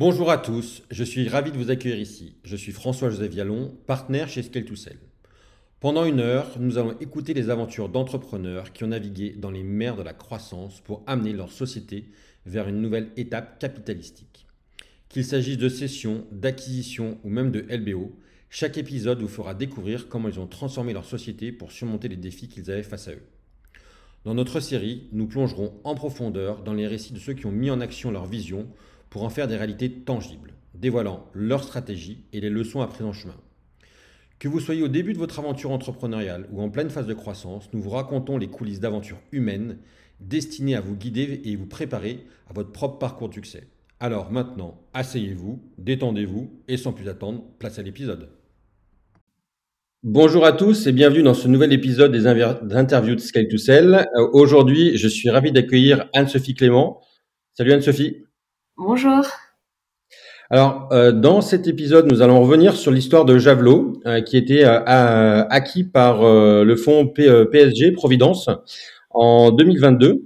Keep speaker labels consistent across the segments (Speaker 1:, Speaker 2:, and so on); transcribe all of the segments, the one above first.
Speaker 1: Bonjour à tous, je suis ravi de vous accueillir ici. Je suis François-Joseph Viallon, partenaire chez Scale to Sell. Pendant une heure, nous allons écouter les aventures d'entrepreneurs qui ont navigué dans les mers de la croissance pour amener leur société vers une nouvelle étape capitalistique. Qu'il s'agisse de cession, d'acquisition ou même de LBO, chaque épisode vous fera découvrir comment ils ont transformé leur société pour surmonter les défis qu'ils avaient face à eux. Dans notre série, nous plongerons en profondeur dans les récits de ceux qui ont mis en action leur vision pour en faire des réalités tangibles, dévoilant leur stratégie et les leçons apprises en chemin. Que vous soyez au début de votre aventure entrepreneuriale ou en pleine phase de croissance, nous vous racontons les coulisses d'aventures humaines destinées à vous guider et vous préparer à votre propre parcours de succès. Alors maintenant, asseyez-vous, détendez-vous et sans plus attendre, place à l'épisode. Bonjour à tous et bienvenue dans ce nouvel épisode des interviews de Scale to Sell. Aujourd'hui, je suis ravi d'accueillir Anne-Sophie Clément. Salut Anne-Sophie.
Speaker 2: Bonjour.
Speaker 1: Alors, dans cet épisode, nous allons revenir sur l'histoire de Javelot, qui était acquis par le fonds PSG Providence en 2022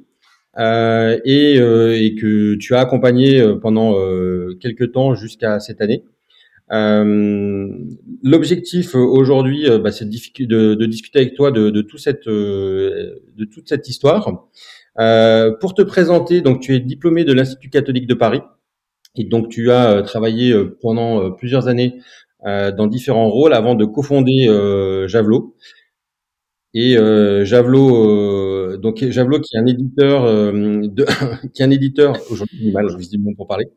Speaker 1: et que tu as accompagné pendant quelques temps jusqu'à cette année. L'objectif aujourd'hui, c'est de discuter avec toi de toute cette histoire. Pour te présenter, donc tu es diplômé de l'Institut catholique de Paris. Et donc, tu as travaillé pendant plusieurs années dans différents rôles avant de cofonder Javelot. Et Javelot qui est un éditeur qui est un éditeur aujourd'hui j'ai du mal visiblement pour parler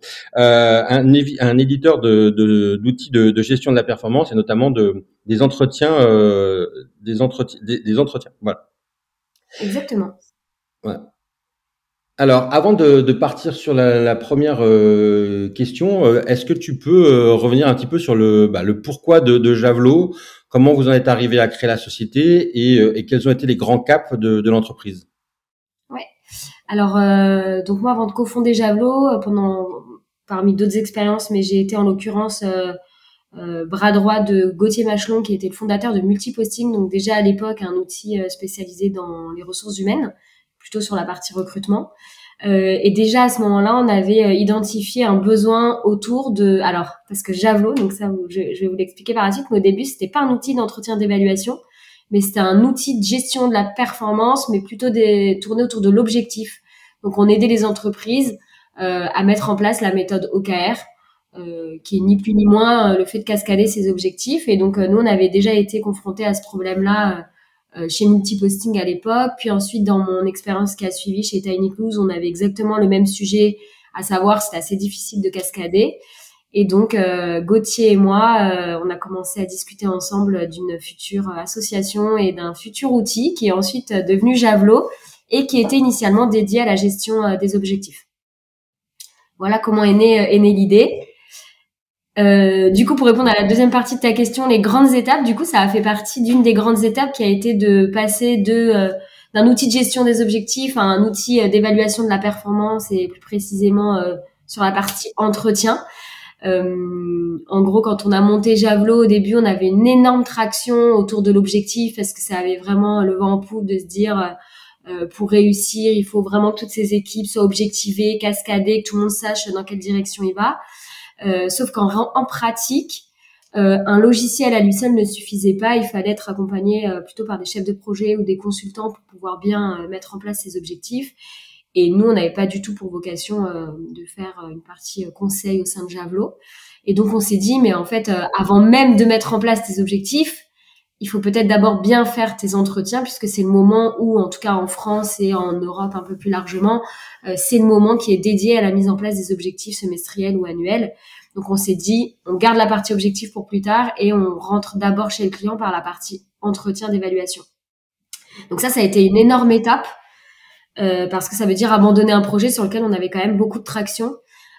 Speaker 1: un éditeur d'outils de gestion de la performance et notamment des entretiens des entretiens voilà.
Speaker 2: Exactement.
Speaker 1: Ouais. Alors, avant de partir sur la première question, est-ce que tu peux revenir un petit peu sur le pourquoi de Javelot, comment vous en êtes arrivé à créer la société et quels ont été les grands caps de l'entreprise?
Speaker 2: Ouais. Alors, donc moi, avant de cofonder Javelot, parmi d'autres expériences, mais j'ai été en l'occurrence bras droit de Gauthier Machelon, qui était le fondateur de Multiposting, donc déjà à l'époque un outil spécialisé dans les ressources humaines, plutôt sur la partie recrutement. Et déjà à ce moment-là, on avait identifié un besoin autour alors parce que Javelot, donc ça, je vais vous l'expliquer par la suite, mais au début, c'était pas un outil d'entretien d'évaluation, mais c'était un outil de gestion de la performance, mais plutôt tourné autour de l'objectif. Donc, on aidait les entreprises à mettre en place la méthode OKR, qui est ni plus ni moins le fait de cascader ses objectifs. Et donc, nous, on avait déjà été confrontés à ce problème-là chez Multiposting à l'époque. Puis ensuite, dans mon expérience qui a suivi chez Tiny Clues, on avait exactement le même sujet, à savoir c'était assez difficile de cascader. Et donc, Gauthier et moi, on a commencé à discuter ensemble d'une future association et d'un futur outil qui est ensuite devenu Javelot et qui était initialement dédié à la gestion des objectifs. Voilà comment est née l'idée. Du coup, pour répondre à la deuxième partie de ta question, les grandes étapes, du coup, ça a fait partie d'une des grandes étapes qui a été de passer d'un outil de gestion des objectifs à un outil d'évaluation de la performance et plus précisément sur la partie entretien. En gros, quand on a monté Javelot au début, on avait une énorme traction autour de l'objectif parce que ça avait vraiment le vent en poupe de se dire pour réussir, il faut vraiment que toutes ces équipes soient objectivées, cascadées, que tout le monde sache dans quelle direction il va. Sauf qu'en pratique, un logiciel à lui seul ne suffisait pas. Il fallait être accompagné plutôt par des chefs de projet ou des consultants pour pouvoir bien mettre en place ces objectifs. Et nous, on n'avait pas du tout pour vocation de faire une partie conseil au sein de Javelot. Et donc, on s'est dit, mais en fait, avant même de mettre en place tes objectifs, il faut peut-être d'abord bien faire tes entretiens, puisque c'est le moment où, en tout cas en France et en Europe un peu plus largement, c'est le moment qui est dédié à la mise en place des objectifs semestriels ou annuels. Donc, on s'est dit, on garde la partie objectif pour plus tard et on rentre d'abord chez le client par la partie entretien d'évaluation. Donc ça a été une énorme étape. Parce que ça veut dire abandonner un projet sur lequel on avait quand même beaucoup de traction.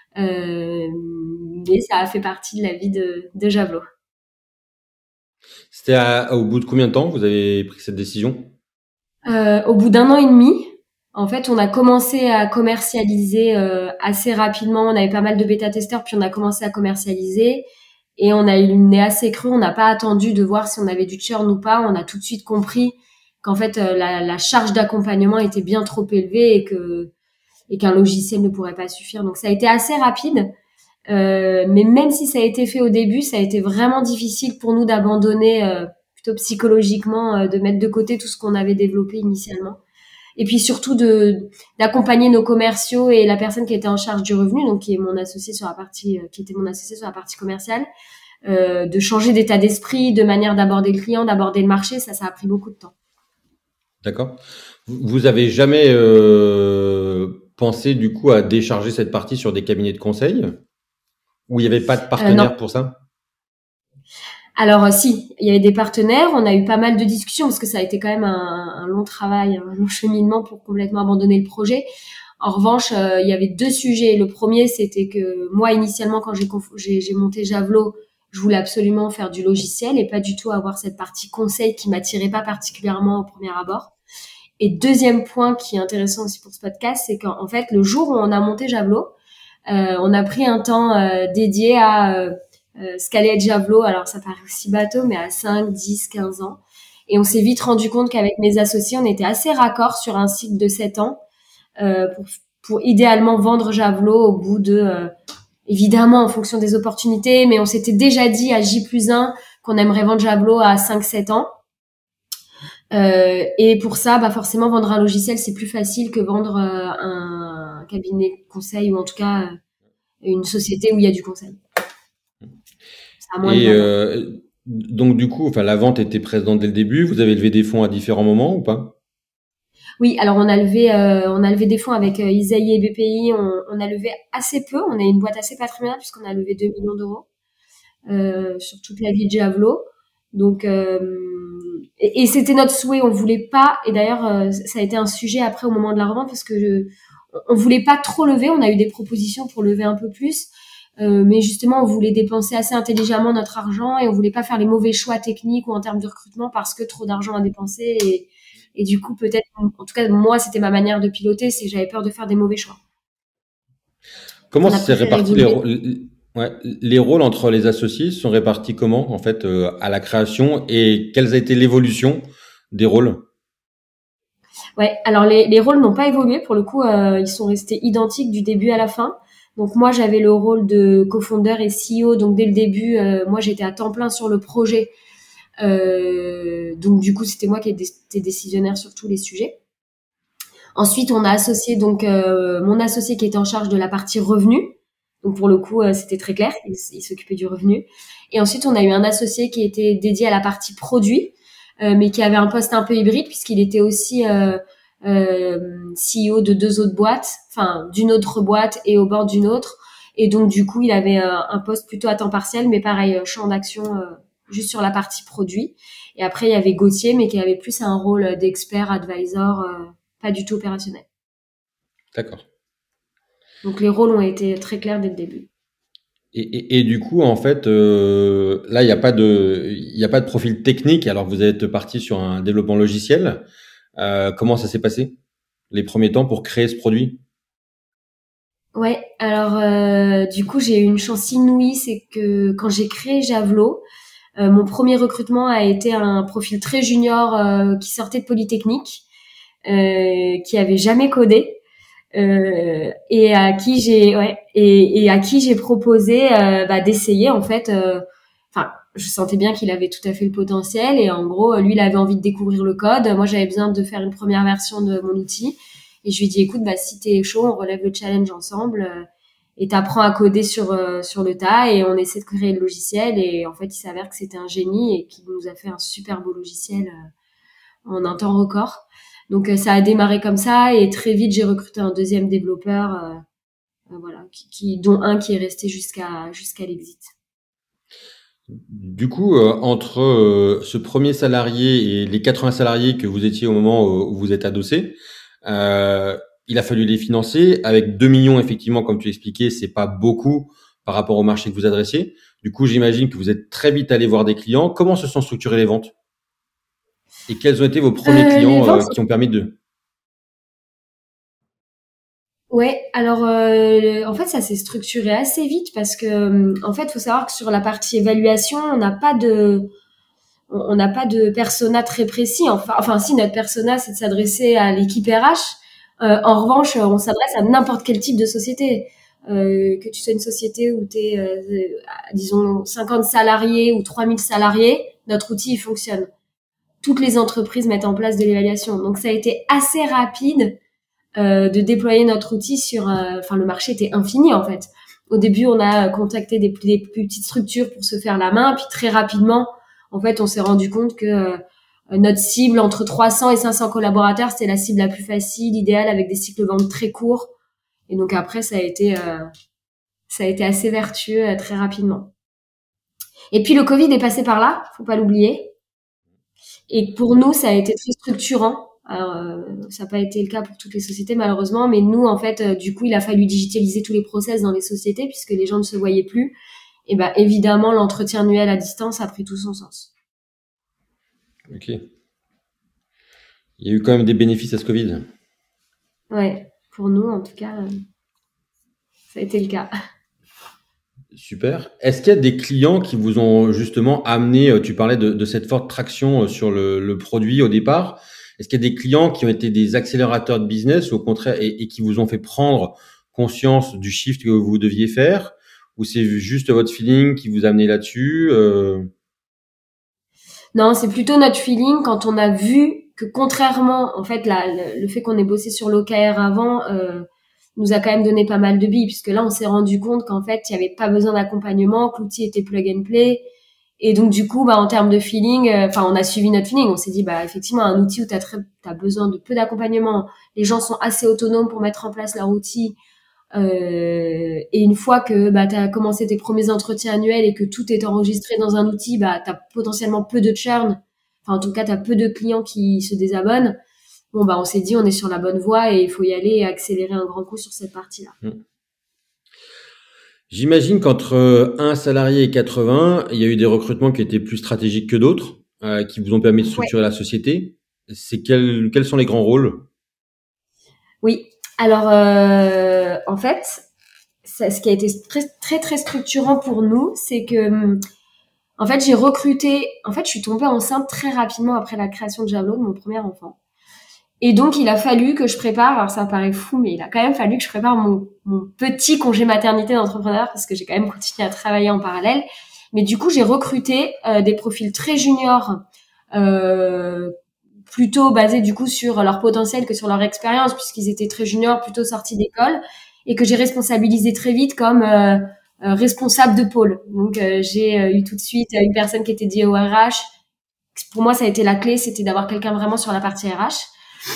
Speaker 2: Mais ça a fait partie de la vie de Javelot.
Speaker 1: C'était au bout de combien de temps vous avez pris cette décision?
Speaker 2: Au bout d'1 an et demi, en fait, on a commencé à commercialiser assez rapidement. On avait pas mal de bêta-testeurs, puis on a commencé à commercialiser. Et on a eu le nez assez creux. On n'a pas attendu de voir si on avait du churn ou pas. On a tout de suite compris qu'en fait, la charge d'accompagnement était bien trop élevée et qu'un logiciel ne pourrait pas suffire. Donc, ça a été assez rapide. Mais même si ça a été fait au début, ça a été vraiment difficile pour nous d'abandonner, plutôt psychologiquement, de mettre de côté tout ce qu'on avait développé initialement. Et puis surtout d'accompagner nos commerciaux et la personne qui était en charge du revenu, donc qui est mon associé sur la partie, qui était mon associé sur la partie commerciale, de changer d'état d'esprit, de manière d'aborder le client, d'aborder le marché. Ça a pris beaucoup de temps.
Speaker 1: D'accord. Vous avez jamais pensé du coup à décharger cette partie sur des cabinets de conseil où il n'y avait pas de
Speaker 2: Non.
Speaker 1: partenaire pour ça?
Speaker 2: Alors si, il y avait des partenaires, on a eu pas mal de discussions parce que ça a été quand même un long travail, un long cheminement pour complètement abandonner le projet. En revanche, il y avait deux sujets. Le premier, c'était que moi, initialement, quand j'ai monté Javelot, je voulais absolument faire du logiciel et pas du tout avoir cette partie conseil qui m'attirait pas particulièrement au premier abord. Et deuxième point qui est intéressant aussi pour ce podcast, c'est qu'en fait, le jour où on a monté Javelot, on a pris un temps dédié à ce qu'allait être Javelot. Alors, ça paraît aussi bateau, mais à 5, 10, 15 ans. Et on s'est vite rendu compte qu'avec mes associés, on était assez raccord sur un cycle de 7 ans pour idéalement vendre Javelot au bout de... évidemment, en fonction des opportunités, mais on s'était déjà dit à J+1 qu'on aimerait vendre Javelot à 5-7 ans. Et pour ça, bah forcément, vendre un logiciel, c'est plus facile que vendre un cabinet de conseil ou en tout cas une société où il y a du conseil. Ça a moins de
Speaker 1: Et
Speaker 2: valeur.
Speaker 1: donc du coup, enfin, la vente était présente dès le début. Vous avez levé des fonds à différents moments ou pas?
Speaker 2: Oui, alors on a levé des fonds avec Isaïe et BPI. On a levé assez peu. On est une boîte assez patrimoniale puisqu'on a levé 2 millions d'euros sur toute la vie de Javelot. Donc et c'était notre souhait. On voulait pas. Et d'ailleurs, ça a été un sujet après au moment de la revente parce que on voulait pas trop lever. On a eu des propositions pour lever un peu plus. Mais justement, on voulait dépenser assez intelligemment notre argent et on voulait pas faire les mauvais choix techniques ou en termes de recrutement parce que trop d'argent à dépenser et du coup peut-être, en tout cas moi c'était ma manière de piloter, c'est que j'avais peur de faire des mauvais choix.
Speaker 1: Comment
Speaker 2: On a
Speaker 1: s'est
Speaker 2: préféré
Speaker 1: réparti
Speaker 2: évoluer.
Speaker 1: ouais, les rôles entre les associés sont répartis comment en fait à la création et quelle a été l'évolution des rôles?
Speaker 2: Ouais, alors les rôles n'ont pas évolué pour le coup, ils sont restés identiques du début à la fin. Donc moi j'avais le rôle de cofondeur et CEO, donc dès le début, moi j'étais à temps plein sur le projet. Donc du coup c'était moi qui étais décisionnaire sur tous les sujets. Ensuite, on a associé donc mon associé qui était en charge de la partie revenu. Donc pour le coup, c'était très clair, il s'occupait du revenu. Et ensuite, on a eu un associé qui était dédié à la partie produit, mais qui avait un poste un peu hybride puisqu'il était aussi CEO de deux autres boîtes, enfin d'une autre boîte et au bord d'une autre. Et donc du coup, il avait un poste plutôt à temps partiel, mais pareil, champ d'action juste sur la partie produit. Et après, il y avait Gauthier, mais qui avait plus un rôle d'expert, advisor, pas du tout opérationnel.
Speaker 1: D'accord.
Speaker 2: Donc les rôles ont été très clairs dès le début.
Speaker 1: Et du coup, en fait, là, il y a pas de profil technique. Alors, vous êtes parti sur un développement logiciel. Comment ça s'est passé les premiers temps pour créer ce produit?
Speaker 2: Ouais, alors du coup j'ai eu une chance inouïe, c'est que quand j'ai créé Javelot, mon premier recrutement a été un profil très junior qui sortait de Polytechnique, qui avait jamais codé. Et à qui et à qui j'ai proposé d'essayer en fait. Enfin, je sentais bien qu'il avait tout à fait le potentiel et en gros, lui, il avait envie de découvrir le code. Moi, j'avais besoin de faire une première version de mon outil et je lui ai dit, écoute, bah si t'es chaud, on relève le challenge ensemble et t'apprends à coder sur le tas et on essaie de créer le logiciel et en fait, il s'avère que c'était un génie et qu'il nous a fait un super beau logiciel en un temps record. Donc ça a démarré comme ça et très vite j'ai recruté un deuxième développeur, voilà, dont un qui est resté jusqu'à l'exit.
Speaker 1: Du coup, entre ce premier salarié et les 80 salariés que vous étiez au moment où vous êtes adossé, euh, il a fallu les financer. Avec 2 millions, effectivement, comme tu l'expliquais, c'est pas beaucoup par rapport au marché que vous adressiez. Du coup, j'imagine que vous êtes très vite allé voir des clients. Comment se sont structurées les ventes? Et quels ont été vos premiers
Speaker 2: Les
Speaker 1: clients
Speaker 2: ventes,
Speaker 1: qui ont permis de...
Speaker 2: ouais. Alors en fait ça s'est structuré assez vite parce que en fait faut savoir que sur la partie évaluation on n'a pas de persona très précis. Enfin si notre persona c'est de s'adresser à l'équipe RH. En revanche on s'adresse à n'importe quel type de société. que tu sois une société où tu es, disons, 50 salariés ou 3000 salariés, notre outil, il fonctionne. Toutes les entreprises mettent en place de l'évaluation. Donc, ça a été assez rapide de déployer notre outil sur... Enfin, le marché était infini, en fait. Au début, on a contacté des plus petites structures pour se faire la main. Puis, très rapidement, en fait, on s'est rendu compte que notre cible, entre 300 et 500 collaborateurs, c'était la cible la plus facile, idéale, avec des cycles de vente très courts. Et donc, après, ça a été assez vertueux très rapidement. Et puis, le Covid est passé par là, faut pas l'oublier. Et pour nous, ça a été très structurant. Alors, ça n'a pas été le cas pour toutes les sociétés, malheureusement. Mais nous, en fait, du coup, il a fallu digitaliser tous les process dans les sociétés puisque les gens ne se voyaient plus. Et ben, évidemment, l'entretien annuel à distance a pris tout son sens.
Speaker 1: Ok. Il y a eu quand même des bénéfices à ce Covid.
Speaker 2: Ouais, pour nous, en tout cas, ça a été le cas.
Speaker 1: Super. Est-ce qu'il y a des clients qui vous ont justement amené, tu parlais de cette forte traction sur le produit au départ. Est-ce qu'il y a des clients qui ont été des accélérateurs de business ou au contraire et qui vous ont fait prendre conscience du shift que vous deviez faire? Ou c'est juste votre feeling qui vous a amené là-dessus?
Speaker 2: Non, c'est plutôt notre feeling quand on a vu que contrairement, en fait, le fait qu'on ait bossé sur l'OKR avant nous a quand même donné pas mal de billes, puisque là, on s'est rendu compte qu'en fait, il n'y avait pas besoin d'accompagnement, que l'outil était plug and play. Et donc, du coup, en termes de feeling, on a suivi notre feeling. On s'est dit, effectivement, un outil où t'as besoin de peu d'accompagnement, les gens sont assez autonomes pour mettre en place leur outil. Et une fois que tu as commencé tes premiers entretiens annuels et que tout est enregistré dans un outil, tu as potentiellement peu de churn. Enfin, en tout cas, tu as peu de clients qui se désabonnent. Bon, on s'est dit, on est sur la bonne voie et il faut y aller et accélérer un grand coup sur cette partie-là.
Speaker 1: J'imagine qu'entre un salarié et 80, il y a eu des recrutements qui étaient plus stratégiques que d'autres, qui vous ont permis de structurer la société. C'est quels sont les grands rôles?
Speaker 2: Oui. Alors, en fait, ce qui a été très, très, très structurant pour nous, c'est que, en fait, je suis tombée enceinte très rapidement après la création de Javelot, de mon premier enfant. Et donc, il a fallu que je prépare, alors ça paraît fou, mais il a quand même fallu que je prépare mon petit congé maternité d'entrepreneur parce que j'ai quand même continué à travailler en parallèle. Mais du coup, j'ai recruté des profils très juniors, plutôt basés du coup sur leur potentiel que sur leur expérience puisqu'ils étaient très juniors, plutôt sortis d'école et que j'ai responsabilisé très vite comme responsable de pôle. Donc, j'ai eu tout de suite une personne qui était dédiée au RH. Pour moi, ça a été la clé, c'était d'avoir quelqu'un vraiment sur la partie RH.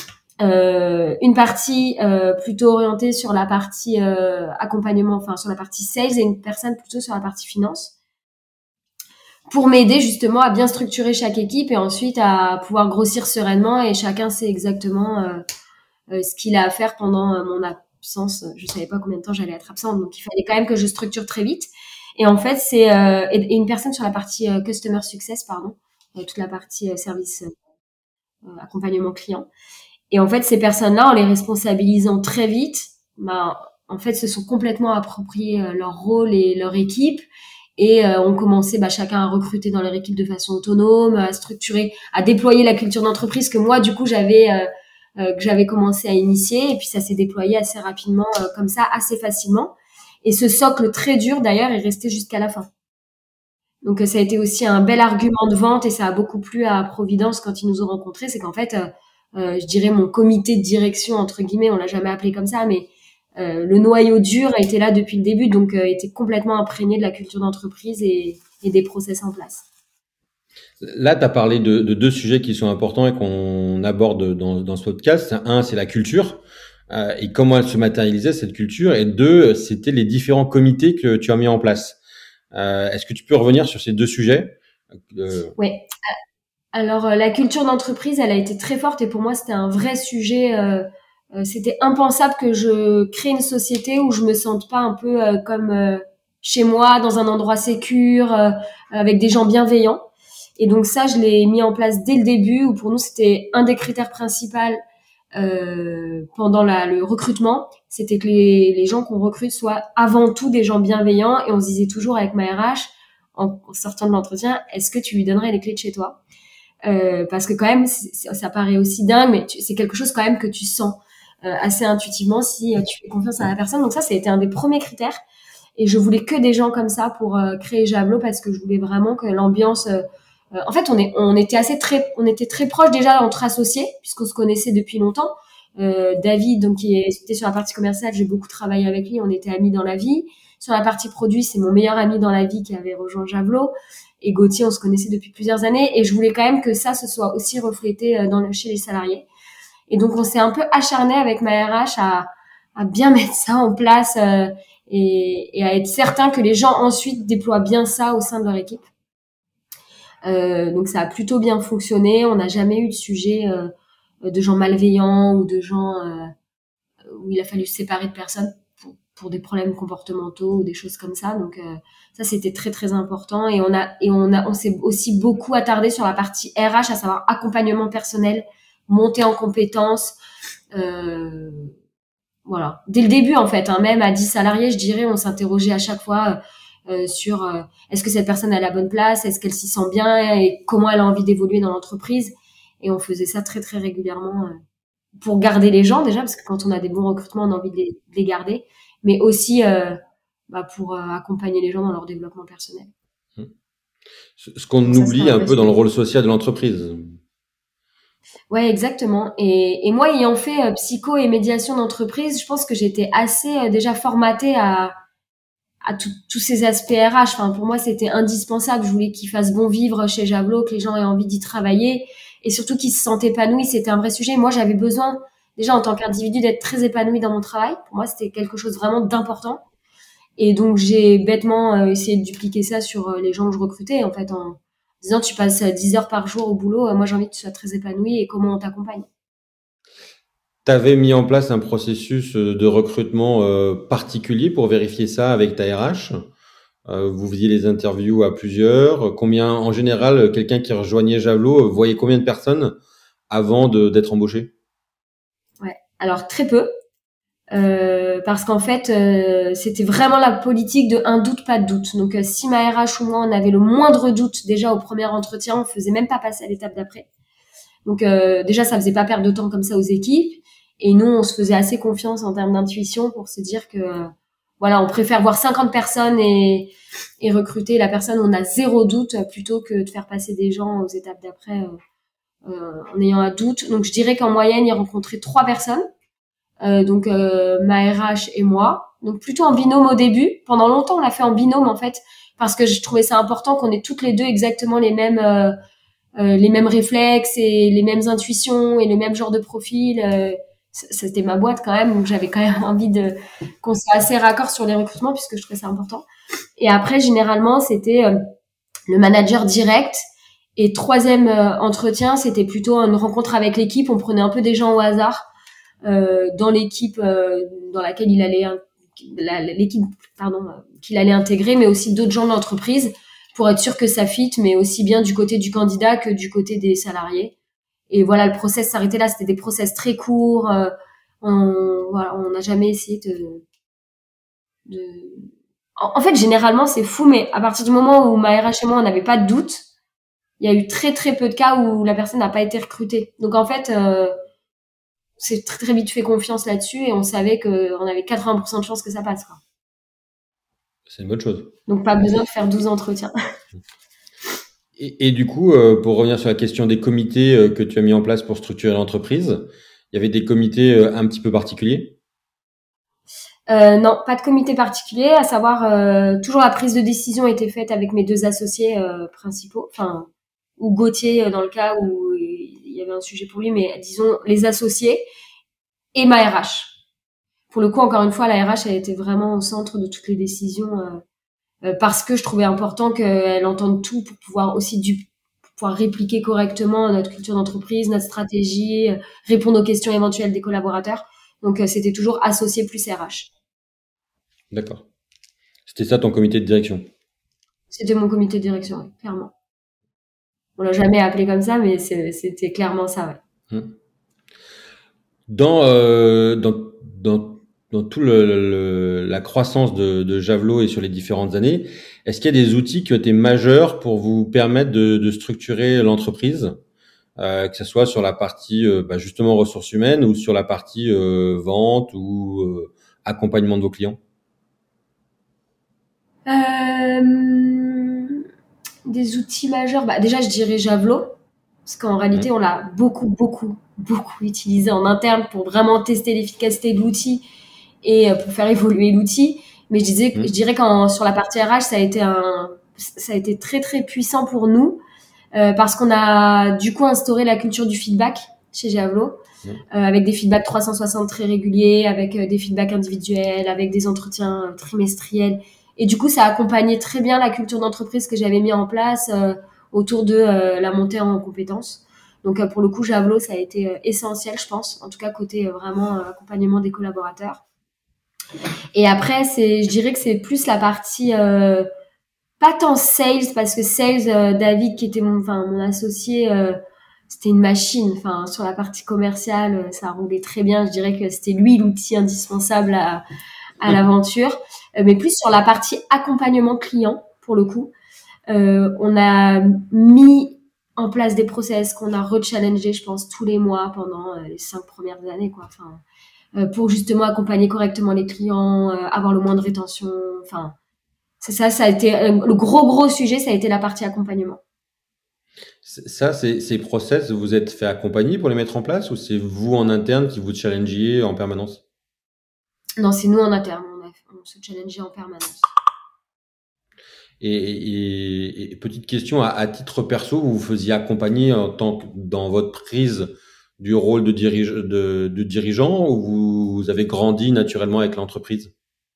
Speaker 2: Une partie plutôt orientée sur la partie accompagnement, enfin sur la partie sales et une personne plutôt sur la partie finance pour m'aider justement à bien structurer chaque équipe et ensuite à pouvoir grossir sereinement et chacun sait exactement ce qu'il a à faire pendant mon absence. Je savais pas combien de temps j'allais être absente, donc il fallait quand même que je structure très vite. Et en fait, c'est et une personne sur la partie customer success, pardon, toute la partie service accompagnement client. Et en fait, ces personnes-là, en les responsabilisant très vite, en fait, se sont complètement appropriés leur rôle et leur équipe et ont commencé chacun à recruter dans leur équipe de façon autonome, à structurer, à déployer la culture d'entreprise que moi, du coup, que j'avais commencé à initier. Et puis, ça s'est déployé assez rapidement, comme ça, assez facilement. Et ce socle très dur, d'ailleurs, est resté jusqu'à la fin. Donc, ça a été aussi un bel argument de vente et ça a beaucoup plu à Providence quand ils nous ont rencontrés. C'est qu'en fait, je dirais mon comité de direction, entre guillemets, on l'a jamais appelé comme ça, mais le noyau dur a été là depuis le début, donc était complètement imprégné de la culture d'entreprise et des process en place.
Speaker 1: Là, tu as parlé de deux sujets qui sont importants et qu'on aborde dans ce podcast. Un, c'est la culture et comment elle se matérialisait, cette culture. Et deux, c'était les différents comités que tu as mis en place. Est-ce que tu peux revenir sur ces deux sujets?
Speaker 2: Oui. Alors, la culture d'entreprise, elle a été très forte et pour moi, c'était un vrai sujet. C'était impensable que je crée une société où je me sente pas un peu comme chez moi, dans un endroit sécure, avec des gens bienveillants. Et donc ça, je l'ai mis en place dès le début, où pour nous, c'était un des critères principaux pendant le recrutement. C'était que les gens qu'on recrute soient avant tout des gens bienveillants. Et on se disait toujours avec ma RH, en sortant de l'entretien, est-ce que tu lui donnerais les clés de chez toi? Parce que quand même, ça paraît aussi dingue, mais c'est quelque chose quand même que tu sens. assez intuitivement si tu fais confiance à la personne. Donc ça a été un des premiers critères. Et je voulais que des gens comme ça pour créer Javelot parce que je voulais vraiment que l'ambiance. En fait, on était très proches déjà entre associés puisqu'on se connaissait depuis longtemps. David, donc qui était sur la partie commerciale, j'ai beaucoup travaillé avec lui. On était amis dans la vie. Sur la partie produit, c'est mon meilleur ami dans la vie qui avait rejoint Javelot. Et Gauthier, on se connaissait depuis plusieurs années. Et je voulais quand même que ça se soit aussi reflété chez les salariés. Et donc, on s'est un peu acharné avec ma RH à bien mettre ça en place et à être certain que les gens ensuite déploient bien ça au sein de leur équipe. Donc, ça a plutôt bien fonctionné. On n'a jamais eu de sujet de gens malveillants ou de gens où il a fallu se séparer de personnes pour des problèmes comportementaux ou des choses comme ça. Donc ça c'était très très important et on s'est aussi beaucoup attardé sur la partie RH, à savoir accompagnement personnel, montée en compétences. Voilà, dès le début en fait, même à 10 salariés, je dirais, on s'interrogeait à chaque fois sur est-ce que cette personne a la bonne place, est-ce qu'elle s'y sent bien et comment elle a envie d'évoluer dans l'entreprise. Et on faisait ça très très régulièrement pour garder les gens déjà, parce que quand on a des bons recrutements, on a envie de les garder, mais aussi pour accompagner les gens dans leur développement personnel.
Speaker 1: Ce qu'on oublie un peu dans le rôle social de l'entreprise.
Speaker 2: Ouais, exactement. Et moi, ayant fait psycho et médiation d'entreprise, je pense que j'étais assez déjà formatée à tous ces aspects RH. Enfin, pour moi, c'était indispensable. Je voulais qu'ils fassent bon vivre chez Javelot, que les gens aient envie d'y travailler et surtout qu'ils se sentent épanouis. C'était un vrai sujet. Moi, j'avais besoin, déjà en tant qu'individu, d'être très épanouie dans mon travail. Pour moi, c'était quelque chose vraiment d'important. Et donc, j'ai bêtement essayé de dupliquer ça sur les gens que je recrutais, en fait, en disant, tu passes 10 heures par jour au boulot. Moi, j'ai envie que tu sois très épanouie et comment on t'accompagne.
Speaker 1: Tu avais mis en place un processus de recrutement particulier pour vérifier ça avec ta RH. Vous faisiez les interviews à plusieurs. Combien, en général, quelqu'un qui rejoignait Javelot voyait combien de personnes avant d'être embauché?
Speaker 2: Ouais. Alors, très peu. Parce qu'en fait, c'était vraiment la politique de un doute, pas de doute. Donc, si ma RH ou moi, on avait le moindre doute déjà au premier entretien, on faisait même pas passer à l'étape d'après. Donc, déjà, ça faisait pas perdre de temps comme ça aux équipes. Et nous, on se faisait assez confiance en termes d'intuition pour se dire que, voilà, on préfère voir 50 personnes et recruter la personne où on a zéro doute plutôt que de faire passer des gens aux étapes d'après en ayant un doute. Donc, je dirais qu'en moyenne, il rencontrait 3 personnes. Donc ma RH et moi. Donc plutôt en binôme au début. Pendant longtemps, on l'a fait en binôme en fait, parce que je trouvais ça important qu'on ait toutes les deux exactement les mêmes réflexes et les mêmes intuitions et le même genre de profil. C'était ma boîte quand même, donc j'avais quand même envie de qu'on soit assez raccord sur les recrutements puisque je trouvais ça important. Et après, généralement, c'était le manager direct. Et troisième entretien, c'était plutôt une rencontre avec l'équipe. On prenait un peu des gens au hasard dans l'équipe dans laquelle il allait l'équipe qu'il allait intégrer, mais aussi d'autres gens de l'entreprise pour être sûr que ça fit, mais aussi bien du côté du candidat que du côté des salariés. Et voilà, le process s'arrêtait là. C'était des process très courts. On n'a jamais essayé de... En fait, généralement, c'est fou, mais à partir du moment où ma RH et moi, on n'avait pas de doute, il y a eu très très peu de cas où la personne n'a pas été recrutée. Donc en fait, c'est très très vite fait confiance là-dessus et on savait qu'on avait 80% de chances que ça passe, quoi.
Speaker 1: C'est une bonne chose.
Speaker 2: Donc pas besoin de faire 12 entretiens.
Speaker 1: Et du coup, pour revenir sur la question des comités que tu as mis en place pour structurer l'entreprise, il y avait des comités un petit peu particuliers?
Speaker 2: Non, pas de comité particulier, à savoir toujours la prise de décision était faite avec mes 2 associés principaux, enfin ou Gauthier dans le cas où il y avait un sujet pour lui, mais disons les associés et ma RH. Pour le coup, encore une fois, la RH elle était vraiment au centre de toutes les décisions parce que je trouvais important qu'elle entende tout pour pouvoir aussi pour pouvoir répliquer correctement notre culture d'entreprise, notre stratégie, répondre aux questions éventuelles des collaborateurs. Donc c'était toujours associé plus RH.
Speaker 1: D'accord. C'était ça ton comité de direction?
Speaker 2: C'était mon comité de direction, ouais, clairement. On l'a jamais appelé comme ça, mais c'était clairement ça, ouais.
Speaker 1: Dans, dans tout la croissance de Javelot et sur les différentes années, est-ce qu'il y a des outils qui ont été majeurs pour vous permettre de structurer l'entreprise? que ce soit sur la partie justement ressources humaines ou sur la partie vente ou accompagnement de vos clients?
Speaker 2: Euh, des outils majeurs. Bah, déjà, je dirais Javelot. Parce qu'en réalité,
Speaker 1: Mmh.
Speaker 2: on l'a beaucoup, beaucoup, beaucoup utilisé en interne pour vraiment tester l'efficacité de l'outil et pour faire évoluer l'outil. Mais je
Speaker 1: Mmh.
Speaker 2: dirais sur la partie RH, ça a été très, très puissant pour nous parce qu'on a du coup instauré la culture du feedback chez Javelot.
Speaker 1: Mmh.
Speaker 2: Avec des feedbacks 360 très réguliers, avec des feedbacks individuels, avec des entretiens trimestriels. Et du coup, ça a accompagné très bien la culture d'entreprise que j'avais mis en place autour de la montée en compétences. Donc, pour le coup, Javelot, ça a été essentiel, je pense. En tout cas, côté vraiment accompagnement des collaborateurs. Et après, je dirais que c'est plus la partie, pas tant sales, parce que sales, David, qui était mon associé, c'était une machine. Enfin, sur la partie commerciale, ça roulait très bien. Je dirais que c'était lui l'outil indispensable à l'aventure. Mais plus sur la partie accompagnement client, pour le coup. On a mis en place des process qu'on a rechallengés, je pense, tous les mois pendant les 5 premières années, quoi. Enfin, pour justement accompagner correctement les clients, avoir le moins de rétention. Enfin, c'est ça, ça a été le gros sujet, ça a été la partie accompagnement.
Speaker 1: Ça, ces process, vous êtes fait accompagner pour les mettre en place ou c'est vous en interne qui vous challengiez en permanence?
Speaker 2: Non, c'est nous en interne, on se challengeait en permanence.
Speaker 1: Et petite question, à titre perso, vous vous faisiez accompagner en tant que dans votre prise du rôle de dirigeant ou vous avez grandi naturellement avec l'entreprise?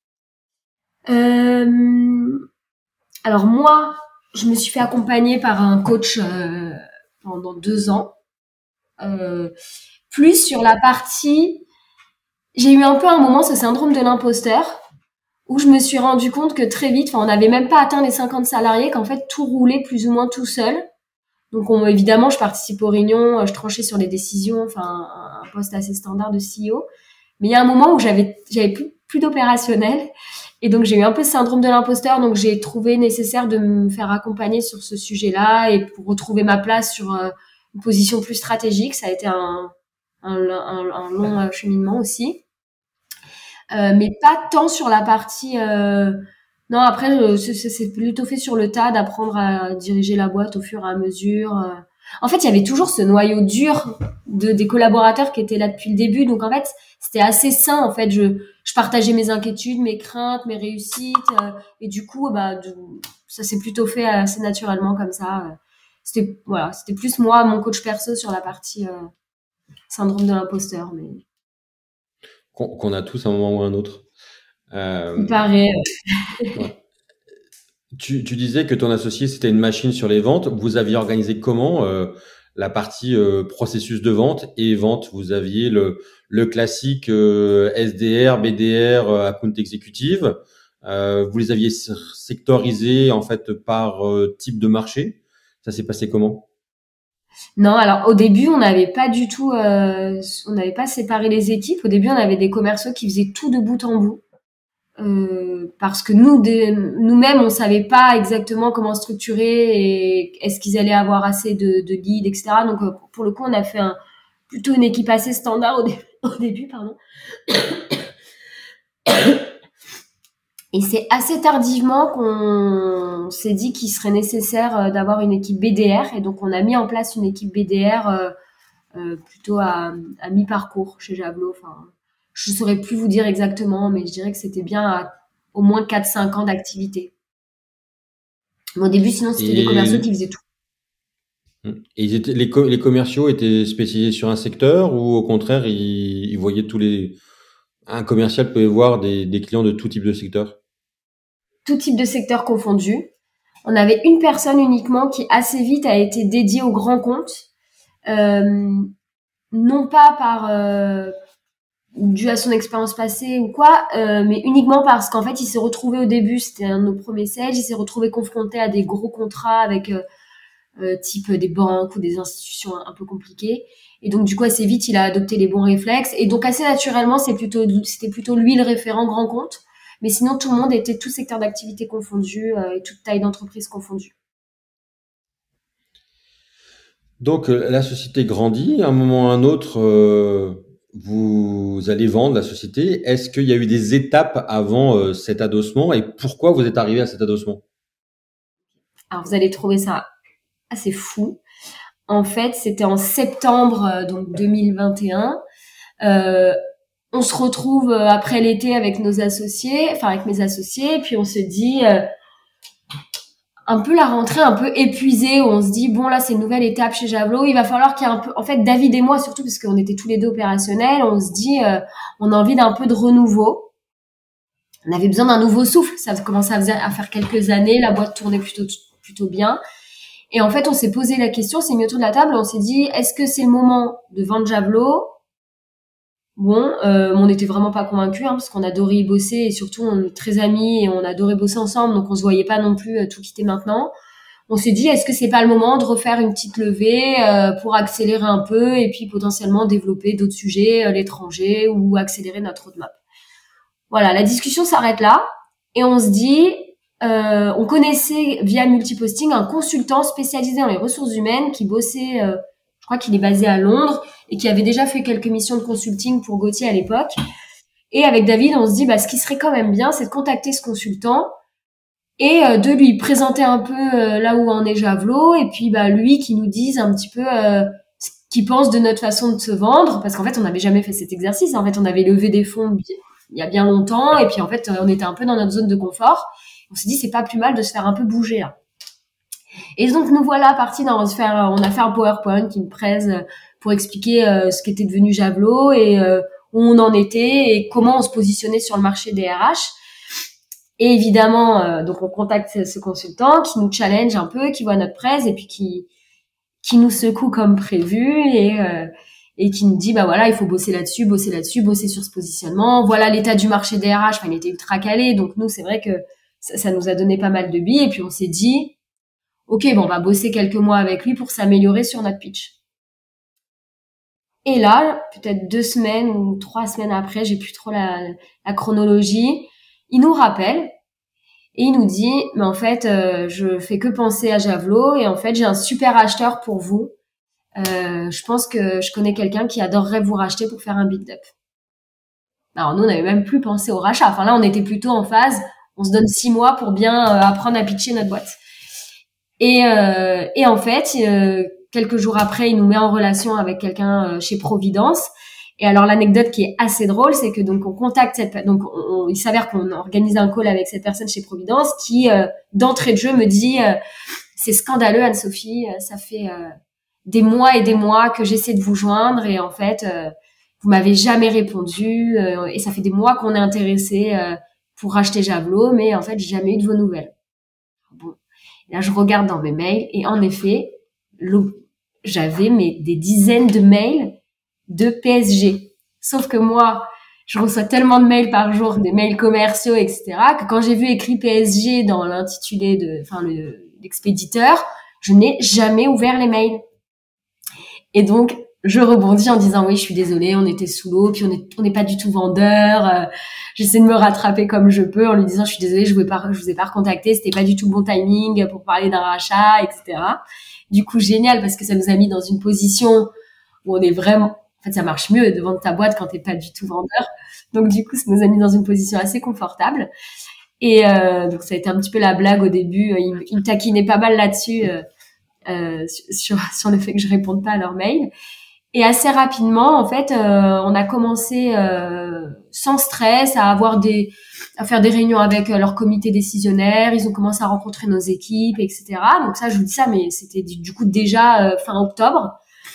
Speaker 2: Euh, alors moi, je me suis fait accompagner par un coach pendant 2 ans. Euh, Plus sur la partie, j'ai eu un peu un moment ce syndrome de l'imposteur où je me suis rendu compte que très vite, enfin on n'avait même pas atteint les 50 salariés, qu'en fait tout roulait plus ou moins tout seul. Donc évidemment, je participe aux réunions, je tranchais sur les décisions, enfin un poste assez standard de CEO. Mais il y a un moment où j'avais plus d'opérationnel et donc j'ai eu un peu ce syndrome de l'imposteur. Donc j'ai trouvé nécessaire de me faire accompagner sur ce sujet-là et pour retrouver ma place sur une position plus stratégique. Ça a été un long cheminement aussi. Mais pas tant sur la partie. Non, après, c'est plutôt fait sur le tas d'apprendre à diriger la boîte au fur et à mesure. En fait, il y avait toujours ce noyau dur des collaborateurs qui étaient là depuis le début. Donc, en fait, c'était assez sain. En fait, je partageais mes inquiétudes, mes craintes, mes réussites. Et du coup, ça s'est plutôt fait assez naturellement comme ça. C'était plus moi, mon coach perso sur la partie syndrome de l'imposteur. Mais
Speaker 1: Qu'on a tous à un moment ou à un autre.
Speaker 2: il
Speaker 1: Euh,
Speaker 2: paraît.
Speaker 1: ouais. Tu disais que ton associé, c'était une machine sur les ventes. Vous aviez organisé comment la partie processus de vente et vente? Vous aviez le classique SDR, BDR, account exécutive. Vous les aviez sectorisés en fait par type de marché. Ça s'est passé comment?
Speaker 2: Non, alors au début, on n'avait pas séparé les équipes. Au début, on avait des commerciaux qui faisaient tout de bout en bout. Parce que nous-mêmes, on savait pas exactement comment structurer et est-ce qu'ils allaient avoir assez de leads, etc. Donc, pour le coup, on a fait plutôt une équipe assez standard au début, pardon. Et c'est assez tardivement qu'on s'est dit qu'il serait nécessaire d'avoir une équipe BDR. Et donc, on a mis en place une équipe BDR plutôt à mi-parcours chez Javelot. Enfin, je ne saurais plus vous dire exactement, mais je dirais que c'était bien à au moins 4-5 ans d'activité. Mais au début, sinon, c'était des commerciaux
Speaker 1: Et,
Speaker 2: qui faisaient tout.
Speaker 1: et les commerciaux étaient spécialisés sur un secteur ou au contraire, ils voyaient un commercial pouvait voir des clients de tout type de secteur?
Speaker 2: Tout type de secteur confondu. On avait une personne uniquement qui assez vite a été dédiée aux grands comptes. Euh, non pas dû à son expérience passée ou quoi, mais uniquement parce qu'en fait, il s'est retrouvé au début, c'était un de nos premiers sales, il s'est retrouvé confronté à des gros contrats avec type des banques ou des institutions un peu compliquées. Et donc, du coup, assez vite, il a adopté les bons réflexes. Et donc, assez naturellement, c'était plutôt lui le référent grand compte. Mais sinon, tout le monde était tout secteur d'activité confondu et toute taille d'entreprise confondue.
Speaker 1: Donc, la société grandit. À un moment ou à un autre, vous allez vendre la société. Est-ce qu'il y a eu des étapes avant cet adossement et pourquoi vous êtes arrivé à cet adossement?
Speaker 2: Alors vous allez trouver ça assez fou. En fait, c'était en septembre donc 2021. Euh, on se retrouve après l'été avec nos associés, enfin avec mes associés, et puis on se dit un peu la rentrée un peu épuisée où on se dit bon là c'est une nouvelle étape chez Javelot, il va falloir qu'il y ait un peu, en fait David et moi surtout parce qu'on était tous les deux opérationnels, on se dit on a envie d'un peu de renouveau, on avait besoin d'un nouveau souffle, ça commençait à faire quelques années, la boîte tournait plutôt bien et en fait on s'est posé la question, on s'est mis autour de la table et on s'est dit est-ce que c'est le moment de vendre Javelot? Bon, on n'était vraiment pas convaincus parce qu'on adorait y bosser et surtout on est très amis et on adorait bosser ensemble donc on se voyait pas non plus tout quitter maintenant. On s'est dit est-ce que c'est pas le moment de refaire une petite levée pour accélérer un peu et puis potentiellement développer d'autres sujets, l'étranger ou accélérer notre roadmap. Voilà, la discussion s'arrête là et on se dit on connaissait via Multiposting un consultant spécialisé dans les ressources humaines qui bossait, je crois qu'il est basé à Londres et qui avait déjà fait quelques missions de consulting pour Gauthier à l'époque. Et avec David, on se dit ce qui serait quand même bien, c'est de contacter ce consultant et de lui présenter un peu là où en est Javelot et puis lui qui nous dise un petit peu ce qu'il pense de notre façon de se vendre parce qu'en fait on n'avait jamais fait cet exercice, en fait on avait levé des fonds il y a bien longtemps et puis en fait on était un peu dans notre zone de confort, on s'est dit c'est pas plus mal de se faire un peu bouger là. Et donc nous voilà partis on a fait un PowerPoint qui me presse pour expliquer ce qu'était devenu Javelot et où on en était et comment on se positionnait sur le marché des RH. Et évidemment, donc on contacte ce consultant qui nous challenge un peu, qui voit notre presse et puis qui nous secoue comme prévu et qui nous dit voilà, il faut bosser là-dessus, bosser sur ce positionnement. Voilà l'état du marché des RH. Enfin, il était ultra calé, donc nous c'est vrai que ça nous a donné pas mal de billes et puis on s'est dit ok, bon, on va bosser quelques mois avec lui pour s'améliorer sur notre pitch. Et là, peut-être 2 semaines ou 3 semaines après, j'ai plus trop la chronologie, il nous rappelle. Et il nous dit, mais en fait, je fais que penser à Javelot et en fait, j'ai un super acheteur pour vous. Je pense que je connais quelqu'un qui adorerait vous racheter pour faire un build-up. Alors nous, on n'avait même plus pensé au rachat. Enfin là, on était plutôt en phase. On se donne 6 mois pour bien apprendre à pitcher notre boîte. Et en fait, quelques jours après, il nous met en relation avec quelqu'un chez Providence. Et alors l'anecdote qui est assez drôle, c'est que donc on contacte il s'avère qu'on organise un call avec cette personne chez Providence qui d'entrée de jeu me dit c'est scandaleux Anne-Sophie, ça fait des mois et des mois que j'essaie de vous joindre et en fait vous m'avez jamais répondu et ça fait des mois qu'on est intéressé pour racheter Javelot, mais en fait j'ai jamais eu de vos nouvelles. Bon, là je regarde dans mes mails et en effet j'avais des dizaines de mails de PSG. Sauf que moi, je reçois tellement de mails par jour, des mails commerciaux, etc., que quand j'ai vu écrit PSG dans l'intitulé l'expéditeur, je n'ai jamais ouvert les mails. Et donc, je rebondis en disant oui, je suis désolée, on était sous l'eau, puis on n'est pas du tout vendeur. J'essaie de me rattraper comme je peux en lui disant je suis désolée, je vous ai pas recontacté, c'était pas du tout le bon timing pour parler d'un rachat, etc. Du coup, génial parce que ça nous a mis dans une position où on est vraiment, en fait, ça marche mieux de vendre ta boîte quand t'es pas du tout vendeur. Donc, du coup, ça nous a mis dans une position assez confortable. Et donc, ça a été un petit peu la blague au début. Ils me taquinaient pas mal là-dessus, sur le fait que je réponde pas à leurs mails. Et assez rapidement, en fait, on a commencé sans stress à faire des réunions avec leur comité décisionnaire. Ils ont commencé à rencontrer nos équipes, etc. Donc ça, je vous dis ça, mais c'était du coup déjà fin octobre.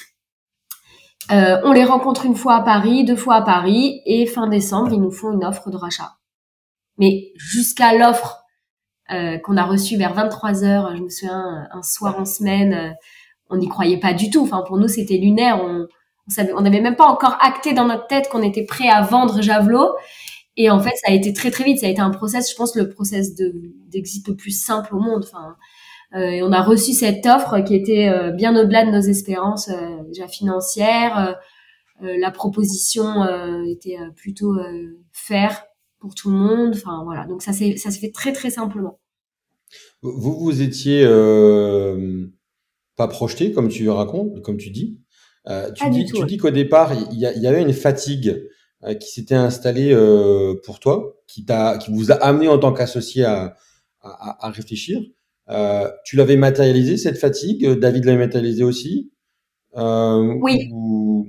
Speaker 2: On les rencontre une fois à Paris, 2 fois à Paris, et fin décembre, ils nous font une offre de rachat. Mais jusqu'à l'offre qu'on a reçue vers 23h, je me souviens, un soir en semaine, on n'y croyait pas du tout. Enfin, pour nous, c'était lunaire. On n'avait même pas encore acté dans notre tête qu'on était prêt à vendre Javelot. Et en fait, ça a été très très vite. Ça a été un process, je pense, le process d'exit le plus simple au monde. Enfin, et on a reçu cette offre qui était bien au-delà de nos espérances déjà financières. La proposition était plutôt faire pour tout le monde. Enfin voilà, donc ça s'est fait très très simplement.
Speaker 1: Vous étiez pas projeté, comme tu racontes, comme tu dis.
Speaker 2: Pas du tout.
Speaker 1: Tu
Speaker 2: Ouais.
Speaker 1: dis qu'au départ, il y avait une fatigue qui s'était installée pour toi, qui vous a amené en tant qu'associé à réfléchir. Tu l'avais matérialisé, cette fatigue? David l'avait matérialisé aussi?
Speaker 2: Oui,
Speaker 1: Ou...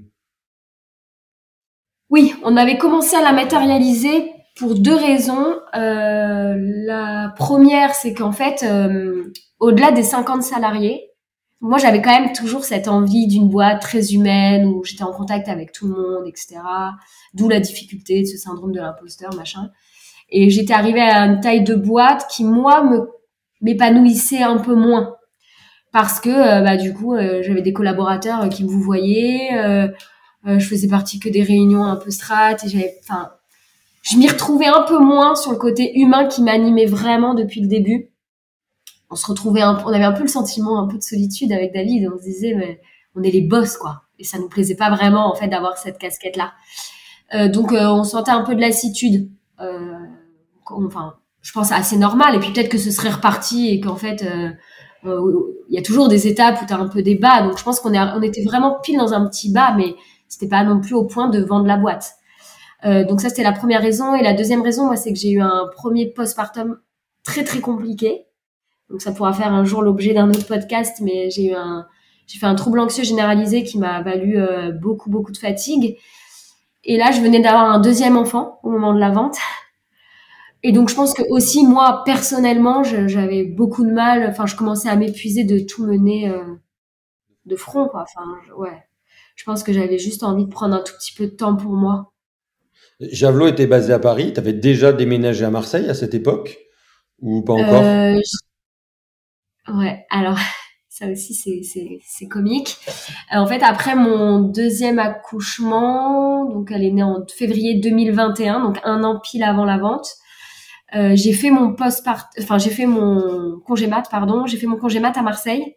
Speaker 2: oui, on avait commencé à la matérialiser pour deux raisons. La première, c'est qu'en fait, au-delà des 50 salariés, moi, j'avais quand même toujours cette envie d'une boîte très humaine où j'étais en contact avec tout le monde, etc. D'où la difficulté de ce syndrome de l'imposteur, machin. Et j'étais arrivée à une taille de boîte qui, moi, m'épanouissait un peu moins. Parce que, bah, du coup, j'avais des collaborateurs qui me vous voyaient, je faisais partie que des réunions un peu strat et enfin, je m'y retrouvais un peu moins sur le côté humain qui m'animait vraiment depuis le début. On avait un peu le sentiment un peu de solitude avec David. On se disait, mais on est les boss, quoi. Et ça nous plaisait pas vraiment, en fait, d'avoir cette casquette-là. Donc, on sentait un peu de lassitude. Enfin, je pense assez normal. Et puis peut-être que ce serait reparti et qu'en fait, il y a toujours des étapes où tu as un peu des bas. Donc, je pense on était vraiment pile dans un petit bas, mais c'était pas non plus au point de vendre la boîte. Donc ça, c'était la première raison. Et la deuxième raison, moi, c'est que j'ai eu un premier postpartum très, très compliqué. Donc ça pourra faire un jour l'objet d'un autre podcast, mais j'ai fait un trouble anxieux généralisé qui m'a valu beaucoup, beaucoup de fatigue. Et là, je venais d'avoir un deuxième enfant au moment de la vente. Et donc, je pense que aussi, moi, personnellement, j'avais beaucoup de mal. Enfin, je commençais à m'épuiser de tout mener de front, quoi. Enfin, ouais. Je pense que j'avais juste envie de prendre un tout petit peu de temps pour moi.
Speaker 1: Javelot était basé à Paris. Tu avais déjà déménagé à Marseille à cette époque ou pas encore?
Speaker 2: Euh, ouais. Alors, ça aussi, c'est comique. En fait, après mon deuxième accouchement, donc elle est née en février 2021, donc un an pile avant la vente. J'ai fait mon enfin j'ai fait mon congé mat, pardon, j'ai fait mon congé mat à Marseille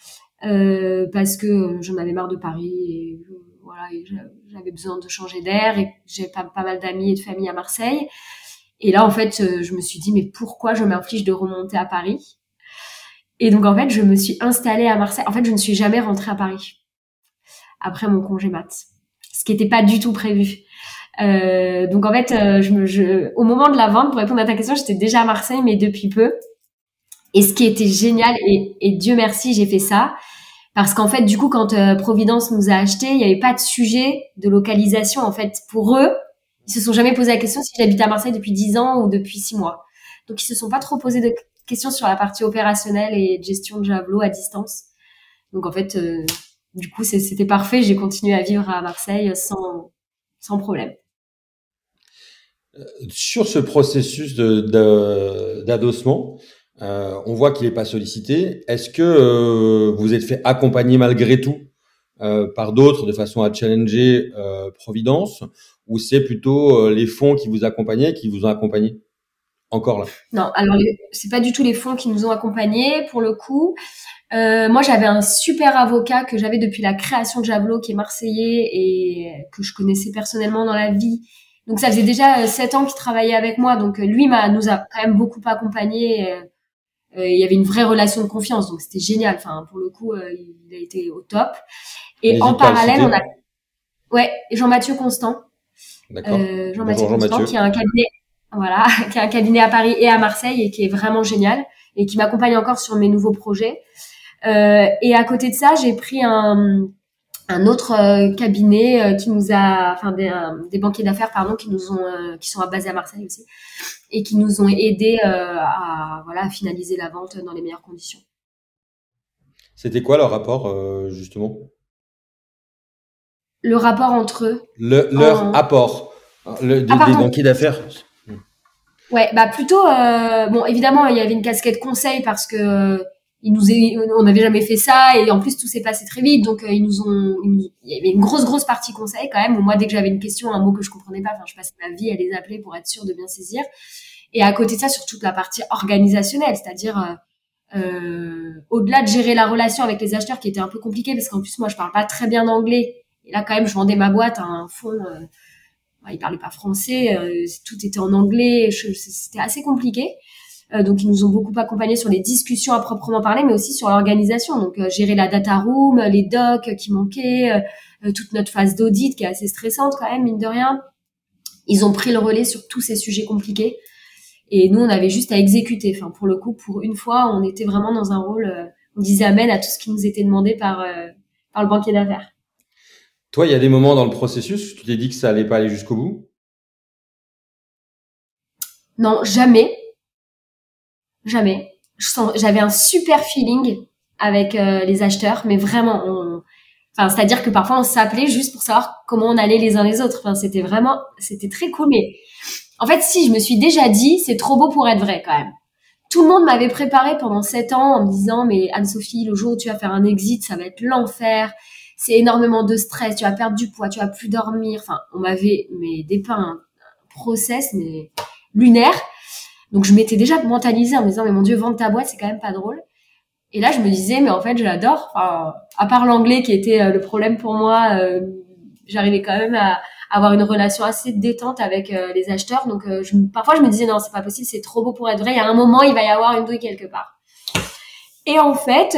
Speaker 2: parce que j'en avais marre de Paris et voilà, et j'avais besoin de changer d'air et j'ai pas mal d'amis et de famille à Marseille. Et là en fait, je me suis dit mais pourquoi je m'inflige de remonter à Paris? Et donc en fait, je me suis installée à Marseille. En fait, je ne suis jamais rentrée à Paris après mon congé mat, ce qui n'était pas du tout prévu. Donc en fait, au moment de la vente, pour répondre à ta question, j'étais déjà à Marseille, mais depuis peu. Et ce qui était génial, et Dieu merci, j'ai fait ça, parce qu'en fait, du coup, quand Providence nous a achetés, il n'y avait pas de sujet de localisation. En fait, pour eux, ils se sont jamais posé la question si j'habitais à Marseille depuis 10 ans ou depuis 6 mois. Donc, ils se sont pas trop posé de questions sur la partie opérationnelle et de gestion de Javelot à distance. Donc, en fait, du coup, c'était parfait. J'ai continué à vivre à Marseille sans problème.
Speaker 1: Sur ce processus d'adossement, on voit qu'il n'est pas sollicité. Est-ce que vous êtes fait accompagner malgré tout par d'autres de façon à challenger Providence, ou c'est plutôt les fonds qui vous accompagnaient, qui vous ont accompagné encore là?
Speaker 2: Non, alors c'est pas du tout les fonds qui nous ont accompagnés pour le coup. Moi, j'avais un super avocat que j'avais depuis la création de Javelot, qui est marseillais et que je connaissais personnellement dans la vie. Donc, ça faisait déjà 7 ans qu'il travaillait avec moi. Donc, lui nous a quand même beaucoup accompagnés. Il y avait une vraie relation de confiance. Donc, c'était génial. Enfin, pour le coup, il a été au top. Et en
Speaker 1: N'hésite pas à le
Speaker 2: parallèle,
Speaker 1: citer.
Speaker 2: ouais, Jean-Mathieu Constant.
Speaker 1: D'accord.
Speaker 2: Jean-Mathieu
Speaker 1: Bonjour
Speaker 2: Constant,
Speaker 1: Jean-Mathieu.
Speaker 2: qui a un cabinet, voilà, qui a un cabinet à Paris et à Marseille et qui est vraiment génial et qui m'accompagne encore sur mes nouveaux projets. Et à côté de ça, j'ai pris un autre cabinet qui nous a, enfin des banquiers d'affaires pardon, qui sont basés à Marseille aussi et qui nous ont aidés à finaliser la vente dans les meilleures conditions.
Speaker 1: C'était quoi leur rapport justement?
Speaker 2: Le rapport entre eux
Speaker 1: Leur
Speaker 2: en
Speaker 1: apport
Speaker 2: ah
Speaker 1: des
Speaker 2: pardon.
Speaker 1: banquiers d'affaires.
Speaker 2: Ouais, bah plutôt bon évidemment il y avait une casquette conseil parce que on n'avait jamais fait ça et en plus tout s'est passé très vite donc il y avait une grosse partie conseil quand même où moi dès que j'avais une question un mot que je comprenais pas enfin je passais ma vie à les appeler pour être sûre de bien saisir et à côté de ça sur toute la partie organisationnelle c'est-à-dire au-delà de gérer la relation avec les acheteurs qui était un peu compliqué parce qu'en plus moi je parle pas très bien anglais et là quand même je vendais ma boîte à un fonds il parlait pas français, tout était en anglais, c'était assez compliqué. Donc ils nous ont beaucoup accompagnés sur les discussions à proprement parler, mais aussi sur l'organisation. Donc gérer la data room, les docs qui manquaient, toute notre phase d'audit qui est assez stressante quand même, mine de rien. Ils ont pris le relais sur tous ces sujets compliqués. Et nous, on avait juste à exécuter. Enfin, pour le coup, pour une fois, on était vraiment dans un rôle, on disait amen à tout ce qui nous était demandé par le banquier d'affaires.
Speaker 1: Toi, il y a des moments dans le processus où tu t'es dit que ça allait pas aller jusqu'au bout?
Speaker 2: Non, jamais. Jamais. J'avais un super feeling avec les acheteurs, mais vraiment, enfin, c'est-à-dire que parfois on s'appelait juste pour savoir comment on allait les uns les autres. Enfin, c'était très cool. Mais en fait, si, je me suis déjà dit, c'est trop beau pour être vrai quand même. Tout le monde m'avait préparé pendant 7 ans en me disant, mais Anne-Sophie, le jour où tu vas faire un exit, ça va être l'enfer. C'est énormément de stress, tu vas perdre du poids, tu vas plus dormir. Enfin, on m'avait dépeint un process mais lunaire. Donc je m'étais déjà mentalisée en me disant, mais mon Dieu, vendre ta boîte, c'est quand même pas drôle. Et là, je me disais, mais en fait, je l'adore. Enfin, à part l'anglais qui était le problème pour moi, j'arrivais quand même à avoir une relation assez détente avec les acheteurs. Donc parfois, je me disais, non, c'est pas possible, c'est trop beau pour être vrai. Il y a un moment, il va y avoir une douille quelque part. Et en fait,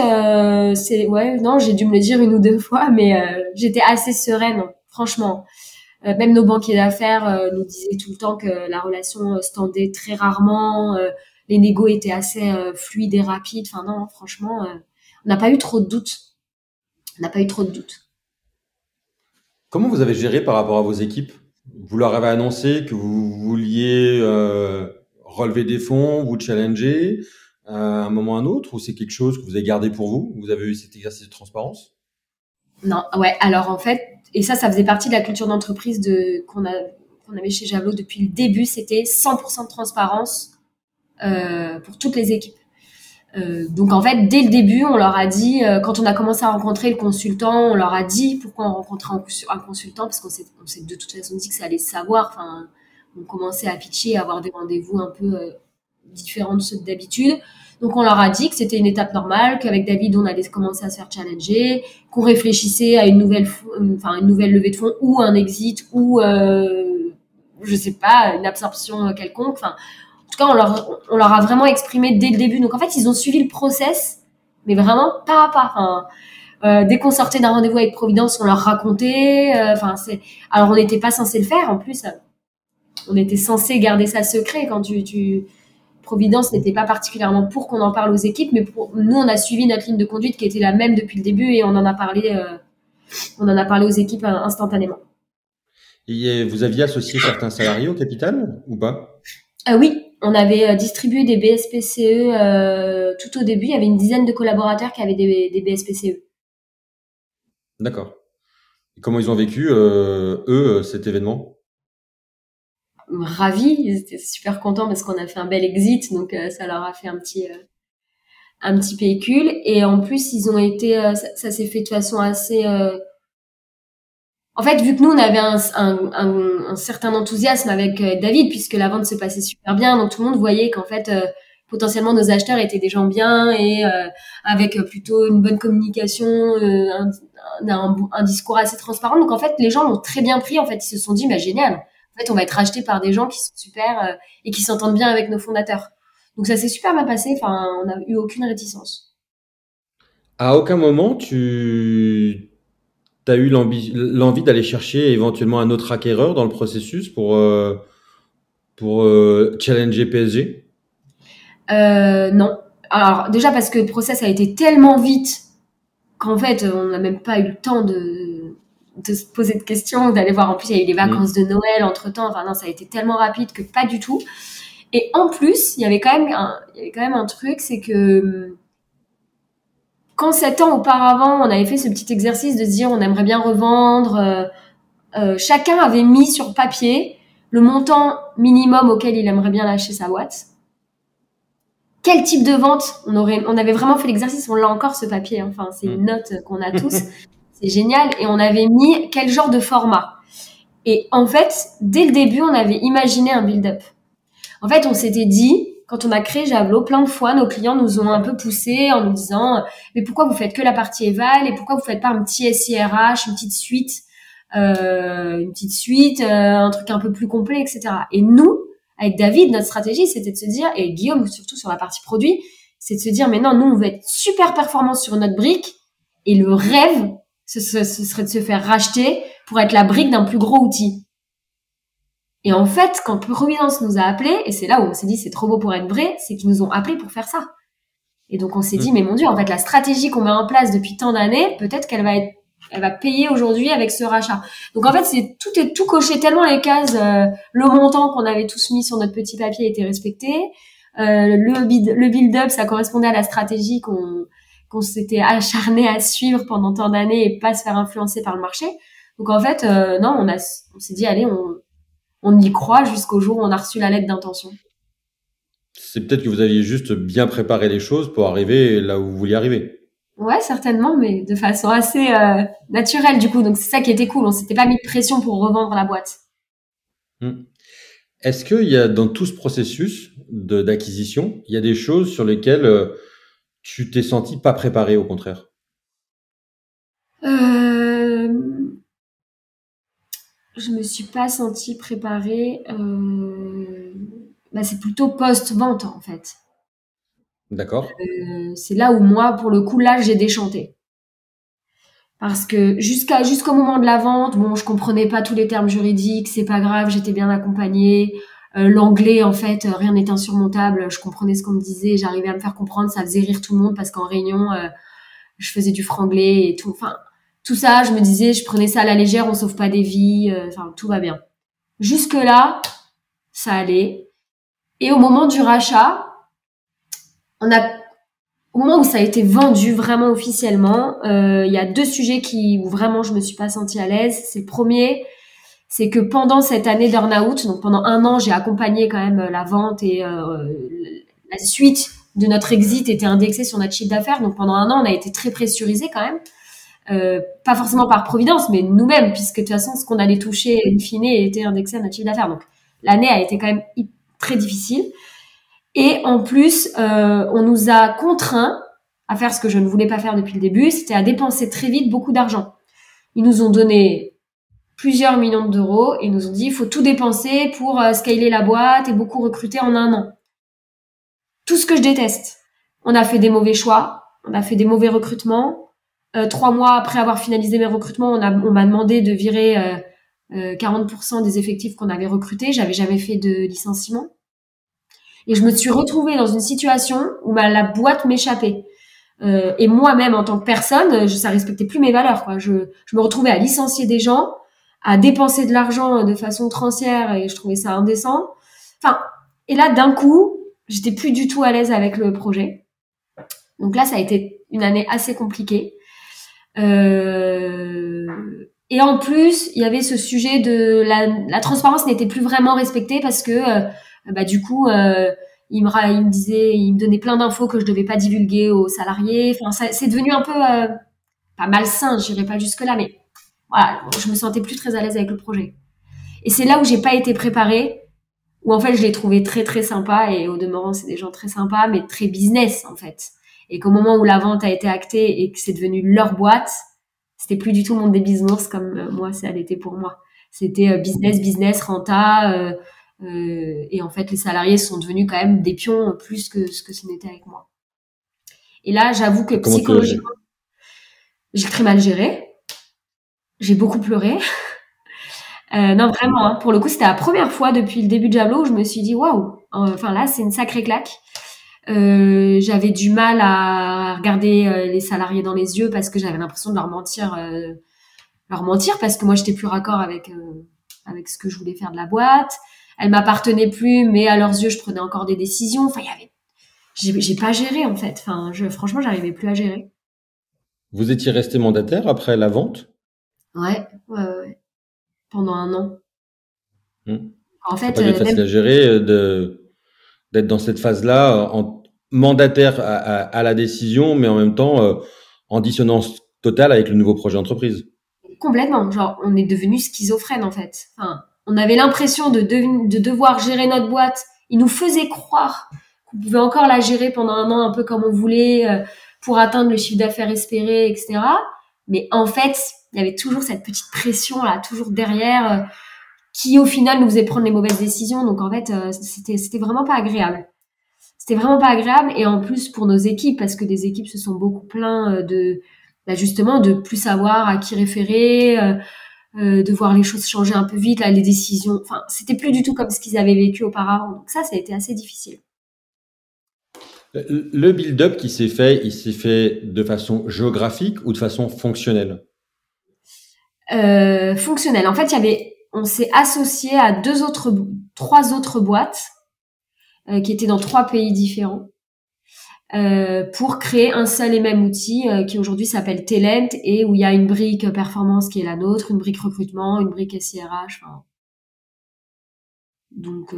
Speaker 2: non, j'ai dû me le dire une ou deux fois, mais j'étais assez sereine, franchement. Même nos banquiers d'affaires nous disaient tout le temps que la relation se tendait très rarement, les négos étaient assez fluides et rapides. Enfin non, franchement, on n'a pas eu trop de doutes. On n'a pas eu trop de doutes.
Speaker 1: Comment vous avez géré par rapport à vos équipes? Vous leur avez annoncé que vous vouliez relever des fonds, vous challenger à un moment ou à un autre, ou c'est quelque chose que vous avez gardé pour vous? Vous avez eu cet exercice de transparence?
Speaker 2: Non, ouais. Alors en fait, et ça faisait partie de la culture d'entreprise qu'on avait chez Javelot depuis le début. C'était 100% de transparence pour toutes les équipes. Donc en fait, dès le début, on leur a dit, quand on a commencé à rencontrer le consultant, on leur a dit pourquoi on rencontrait un consultant, parce qu'on s'est de toute façon dit que ça allait se savoir. Enfin, on commençait à pitcher, à avoir des rendez-vous un peu différents de ceux d'habitude. Donc on leur a dit que c'était une étape normale, qu'avec David, on allait commencer à se faire challenger, qu'on réfléchissait à une nouvelle levée de fonds ou un exit ou je sais pas, une absorption quelconque. Enfin, en tout cas, on leur a vraiment exprimé dès le début. Donc en fait, ils ont suivi le process, mais vraiment pas à pas. Enfin, dès qu'on sortait d'un rendez-vous avec Providence, on leur racontait. Alors on n'était pas censé le faire en plus. On était censé garder ça secret quand Providence n'était pas particulièrement pour qu'on en parle aux équipes, mais nous, on a suivi notre ligne de conduite qui était la même depuis le début et on en a parlé aux équipes instantanément.
Speaker 1: Et vous aviez associé certains salariés au capital ou pas?
Speaker 2: Oui, on avait distribué des BSPCE tout au début. Il y avait une dizaine de collaborateurs qui avaient des BSPCE.
Speaker 1: D'accord. Et comment ils ont vécu, cet événement?
Speaker 2: Ravis, ils étaient super contents parce qu'on a fait un bel exit, donc ça leur a fait un petit pécule. Et en plus, ils ont été, ça s'est fait de façon assez. En fait, vu que nous on avait un certain enthousiasme avec David, puisque la vente se passait super bien, donc tout le monde voyait qu'en fait potentiellement nos acheteurs étaient des gens bien et avec plutôt une bonne communication, un discours assez transparent. Donc en fait, les gens l'ont très bien pris. En fait, ils se sont dit, bah génial. En fait, on va être racheté par des gens qui sont super et qui s'entendent bien avec nos fondateurs. Donc ça s'est super bien passé. Enfin, on n'a eu aucune réticence.
Speaker 1: À aucun moment, tu as eu l'envie d'aller chercher éventuellement un autre acquéreur dans le processus pour challenger PSG?
Speaker 2: Non. Alors déjà parce que le process a été tellement vite qu'en fait on n'a même pas eu le temps de se poser de questions, d'aller voir. En plus, il y a eu les vacances de Noël entre temps. Enfin non, ça a été tellement rapide que pas du tout. Et en plus, il y avait quand même un truc, c'est que quand 7 ans auparavant, on avait fait ce petit exercice de se dire on aimerait bien revendre, chacun avait mis sur papier le montant minimum auquel il aimerait bien lâcher sa boîte. Quel type de vente on avait vraiment fait l'exercice, on l'a encore ce papier, hein. Enfin, c'est une note qu'on a tous, c'est génial. Et on avait mis quel genre de format. Et en fait, dès le début, on avait imaginé un build-up. En fait, on s'était dit, quand on a créé Javelot, plein de fois, nos clients nous ont un peu poussé en nous disant, mais pourquoi vous faites que la partie éval et pourquoi vous faites pas un petit SIRH, une petite suite, un truc un peu plus complet, etc. Et nous, avec David, notre stratégie, c'était de se dire, et Guillaume, surtout sur la partie produit, c'est de se dire, mais non, nous, on veut être super performants sur notre brique, et le rêve, ce serait de se faire racheter pour être la brique d'un plus gros outil. Et en fait, quand Providence nous a appelés, et c'est là où on s'est dit, c'est trop beau pour être vrai, c'est qu'ils nous ont appelés pour faire ça. Et donc, on s'est dit, mais mon Dieu, en fait, la stratégie qu'on met en place depuis tant d'années, peut-être qu'elle va payer aujourd'hui avec ce rachat. Donc, en fait, tout coché tellement les cases, le montant qu'on avait tous mis sur notre petit papier était respecté. Le build-up, ça correspondait à la stratégie qu'on s'était acharné à suivre pendant tant d'années et pas se faire influencer par le marché. Donc, en fait, non, on s'est dit, allez, on y croit jusqu'au jour où on a reçu la lettre d'intention.
Speaker 1: C'est peut-être que vous aviez juste bien préparé les choses pour arriver là où vous vouliez arriver.
Speaker 2: Ouais, certainement, mais de façon assez naturelle du coup. Donc c'est ça qui était cool. On s'était pas mis de pression pour revendre la boîte.
Speaker 1: Hmm. Est-ce qu'il y a dans tout ce processus d'acquisition, il y a des choses sur lesquelles tu t'es senti pas préparé au contraire?
Speaker 2: Euh, je me suis pas sentie préparée. C'est plutôt post-vente en fait.
Speaker 1: D'accord?
Speaker 2: C'est là où moi, pour le coup, là, j'ai déchanté. Parce que jusqu'au moment de la vente, bon, je comprenais pas tous les termes juridiques, c'est pas grave, j'étais bien accompagnée. L'anglais, en fait, rien n'est insurmontable. Je comprenais ce qu'on me disait, j'arrivais à me faire comprendre, ça faisait rire tout le monde parce qu'en réunion, je faisais du franglais et tout. Enfin, tout ça, je me disais, je prenais ça à la légère, on sauve pas des vies. Enfin, tout va bien. Jusque là, ça allait. Et au moment du rachat, on a au moment où ça a été vendu vraiment officiellement, il y a deux sujets où vraiment je me suis pas sentie à l'aise. C'est le premier, c'est que pendant cette année d'earn-out, donc pendant un an, j'ai accompagné quand même la vente et la suite de notre exit était indexée sur notre chiffre d'affaires. Donc pendant un an, on a été très pressurisé quand même. Pas forcément par providence, mais nous-mêmes, puisque de toute façon, ce qu'on allait toucher in fine était indexé à notre chiffre d'affaires. Donc l'année a été quand même très difficile. Et en plus, on nous a contraints à faire ce que je ne voulais pas faire depuis le début, c'était à dépenser très vite beaucoup d'argent. Ils nous ont donné plusieurs millions d'euros et ils nous ont dit il faut tout dépenser pour scaler la boîte et beaucoup recruter en un an. Tout ce que je déteste. On a fait des mauvais choix, on a fait des mauvais recrutements. 3 mois après avoir finalisé mes recrutements, on m'a demandé de virer 40% des effectifs qu'on avait recrutés. J'avais jamais fait de licenciement. Et je me suis retrouvée dans une situation où la boîte m'échappait. Et moi-même, en tant que personne, ça respectait plus mes valeurs, quoi. Je me retrouvais à licencier des gens, à dépenser de l'argent de façon transière et je trouvais ça indécent. Enfin, et là, d'un coup, j'étais plus du tout à l'aise avec le projet. Donc là, ça a été une année assez compliquée. Et en plus, il y avait ce sujet de la transparence n'était plus vraiment respectée parce que du coup, il me disait, il me donnait plein d'infos que je devais pas divulguer aux salariés. Enfin, c'est devenu un peu pas malsain, j'irai pas jusque là, mais voilà, je me sentais plus très à l'aise avec le projet. Et c'est là où j'ai pas été préparée, où en fait je l'ai trouvé très très sympa et au demeurant c'est des gens très sympas, mais très business en fait. Et qu'au moment où la vente a été actée et que c'est devenu leur boîte, c'était plus du tout le monde des bisounours comme moi, ça l'était pour moi. C'était business, renta, et en fait les salariés sont devenus quand même des pions plus que ce que ce n'était avec moi. Et là, j'avoue que
Speaker 1: Et comment tu as géré?
Speaker 2: psychologiquement, j'ai très mal géré. J'ai beaucoup pleuré. Non, vraiment, hein, pour le coup, c'était la première fois depuis le début de Javelot où je me suis dit waouh. Enfin là, c'est une sacrée claque. J'avais du mal à regarder les salariés dans les yeux parce que j'avais l'impression de leur mentir parce que moi j'étais plus raccord avec ce que je voulais faire de la boîte. Elle m'appartenait plus, mais à leurs yeux, je prenais encore des décisions. Enfin, j'ai pas géré en fait. Enfin, franchement, j'arrivais plus à gérer.
Speaker 1: Vous étiez resté mandataire après la vente?
Speaker 2: Ouais. Pendant un an.
Speaker 1: Hmm.
Speaker 2: En
Speaker 1: Ça n'a
Speaker 2: fait,
Speaker 1: pas dû être facile
Speaker 2: même
Speaker 1: à gérer d'être dans cette phase-là, en mandataire à la décision, mais en même temps en dissonance totale avec le nouveau projet d'entreprise.
Speaker 2: complètement. Genre, on est devenu schizophrène en fait. Enfin, on avait l'impression de devoir gérer notre boîte. Ils nous faisaient croire qu'on pouvait encore la gérer pendant un an un peu comme on voulait pour atteindre le chiffre d'affaires espéré, etc. Mais en fait, il y avait toujours cette petite pression là, toujours derrière, qui au final nous faisait prendre les mauvaises décisions. Donc en fait, c'était vraiment pas agréable. C'était vraiment pas agréable, et en plus pour nos équipes, parce que des équipes se sont beaucoup plaints justement de plus savoir à qui référer, de voir les choses changer un peu vite, là, les décisions. Enfin, c'était plus du tout comme ce qu'ils avaient vécu auparavant. Donc ça a été assez difficile.
Speaker 1: Le build-up il s'est fait de façon géographique ou de façon fonctionnelle?
Speaker 2: Fonctionnel. En fait, on s'est associé à trois autres boîtes qui étaient dans 3 pays différents. Pour créer un seul et même outil qui aujourd'hui s'appelle Talent, et où il y a une brique performance qui est la nôtre, une brique recrutement, une brique SIRH. Enfin, donc,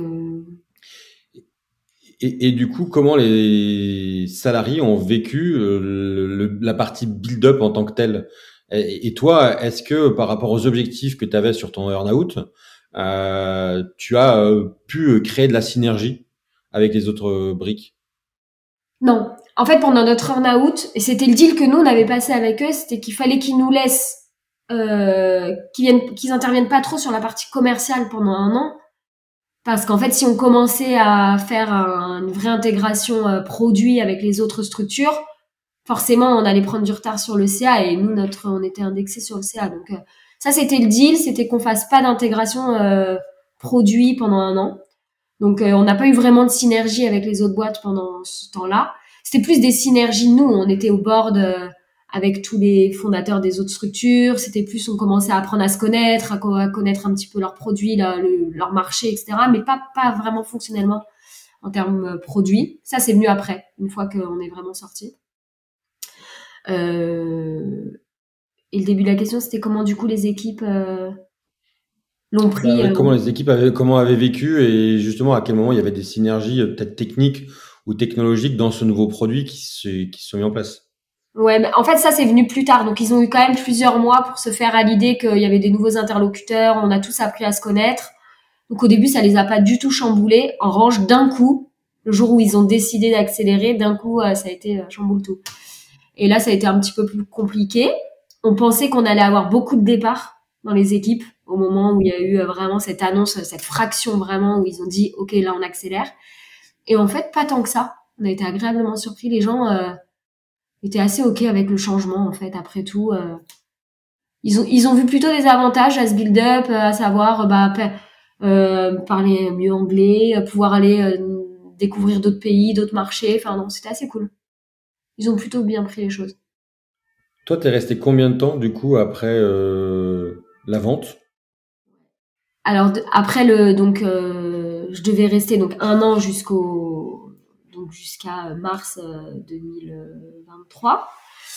Speaker 1: Et du coup, comment les salariés ont vécu la partie build-up en tant que telle? Et toi, est-ce que par rapport aux objectifs que tu avais sur ton earn-out, tu as pu créer de la synergie avec les autres briques?
Speaker 2: non. En fait, pendant notre earn-out, et c'était le deal que nous on avait passé avec eux, c'était qu'il fallait qu'ils nous laissent, qu'ils interviennent pas trop sur la partie commerciale pendant un an. Parce qu'en fait, si on commençait à faire une vraie intégration produit avec les autres structures, forcément, on allait prendre du retard sur le CA, et nous, on était indexé sur le CA. Donc, ça, c'était le deal, c'était qu'on fasse pas d'intégration produit pendant un an. Donc, on n'a pas eu vraiment de synergie avec les autres boîtes pendant ce temps-là. C'était plus des synergies, nous. On était au board avec tous les fondateurs des autres structures. C'était plus, on commençait à apprendre à se connaître, à connaître un petit peu leurs produits, leur marché, etc. Mais pas vraiment fonctionnellement en termes produits. Ça, c'est venu après, une fois qu'on est vraiment sorti. Et le début de la question, c'était comment du coup les équipes l'ont
Speaker 1: Bah
Speaker 2: pris.
Speaker 1: oui, comment avaient vécu et justement à quel moment il y avait des synergies peut-être techniques ou technologiques dans ce nouveau produit qui se sont mis en place.
Speaker 2: Ouais, mais en fait, ça, c'est venu plus tard. Donc, ils ont eu quand même plusieurs mois pour se faire à l'idée qu'il y avait des nouveaux interlocuteurs. On a tous appris à se connaître. Donc, au début, ça les a pas du tout chamboulés. En revanche, d'un coup, le jour où ils ont décidé d'accélérer, d'un coup, ça a été chamboule tout. Et là, ça a été un petit peu plus compliqué. On pensait qu'on allait avoir beaucoup de départs dans les équipes au moment où il y a eu vraiment cette annonce, cette fraction vraiment où ils ont dit, OK, là, on accélère. Et en fait, pas tant que ça. On a été agréablement surpris. Les gens étaient assez OK avec le changement, en fait, après tout. Ils ont vu plutôt des avantages à ce build-up, à savoir parler mieux anglais, pouvoir aller découvrir d'autres pays, d'autres marchés. Enfin, non, c'était assez cool. Ils ont plutôt bien pris les choses.
Speaker 1: Toi, t'es resté combien de temps du coup après la vente?
Speaker 2: Alors après je devais rester donc un an jusqu'à mars 2023.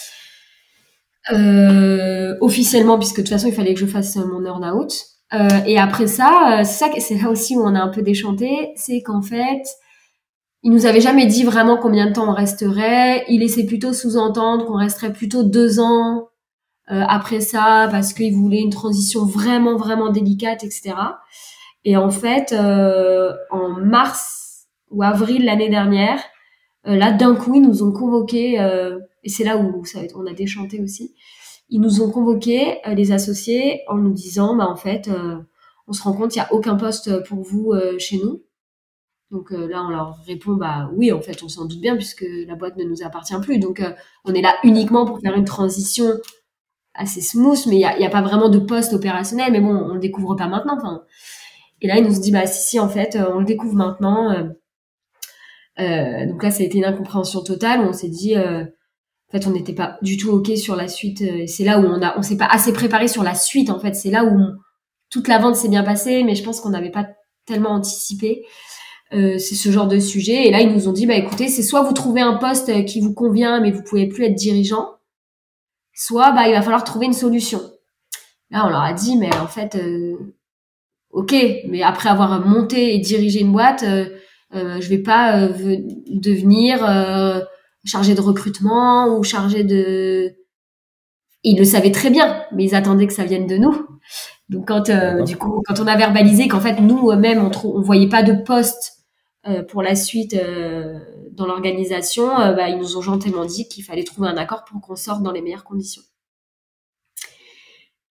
Speaker 2: Officiellement, puisque de toute façon il fallait que je fasse mon earn-out. Et après ça, c'est là aussi où on a un peu déchanté, c'est qu'en fait, il nous avait jamais dit vraiment combien de temps on resterait. Il laissait plutôt sous-entendre qu'on resterait plutôt 2 ans après ça, parce qu'il voulait une transition vraiment vraiment délicate, etc. Et en fait, en mars ou avril l'année dernière, là d'un coup ils nous ont convoqués, et c'est là où on a déchanté aussi. Ils nous ont convoqués, les associés, en nous disant, bah en fait, on se rend compte, il y a aucun poste pour vous chez nous. Donc là, on leur répond, bah oui, en fait, on s'en doute bien puisque la boîte ne nous appartient plus. Donc on est là uniquement pour faire une transition assez smooth, mais il y a pas vraiment de poste opérationnel. Mais bon, on le découvre pas maintenant. Enfin, et là, ils nous ont dit, bah si, en fait, on le découvre maintenant. Donc là, ça a été une incompréhension totale. On s'est dit, en fait, on n'était pas du tout OK sur la suite. Et c'est là où on s'est pas assez préparé sur la suite. En fait, c'est là où toute la vente s'est bien passée, mais je pense qu'on n'avait pas tellement anticipé. C'est ce genre de sujet. Et là, ils nous ont dit, bah écoutez, c'est soit vous trouvez un poste qui vous convient, mais vous pouvez plus être dirigeant, soit bah il va falloir trouver une solution. Là, on leur a dit, mais en fait, OK, mais après avoir monté et dirigé une boîte, je vais pas devenir chargé de recrutement ou chargé de. Ils le savaient très bien, mais ils attendaient que ça vienne de nous. Donc du
Speaker 1: D'accord.
Speaker 2: coup, quand on a verbalisé qu'en fait nous-mêmes on voyait pas de poste pour la suite dans l'organisation, bah, ils nous ont gentiment dit qu'il fallait trouver un accord pour qu'on sorte dans les meilleures conditions.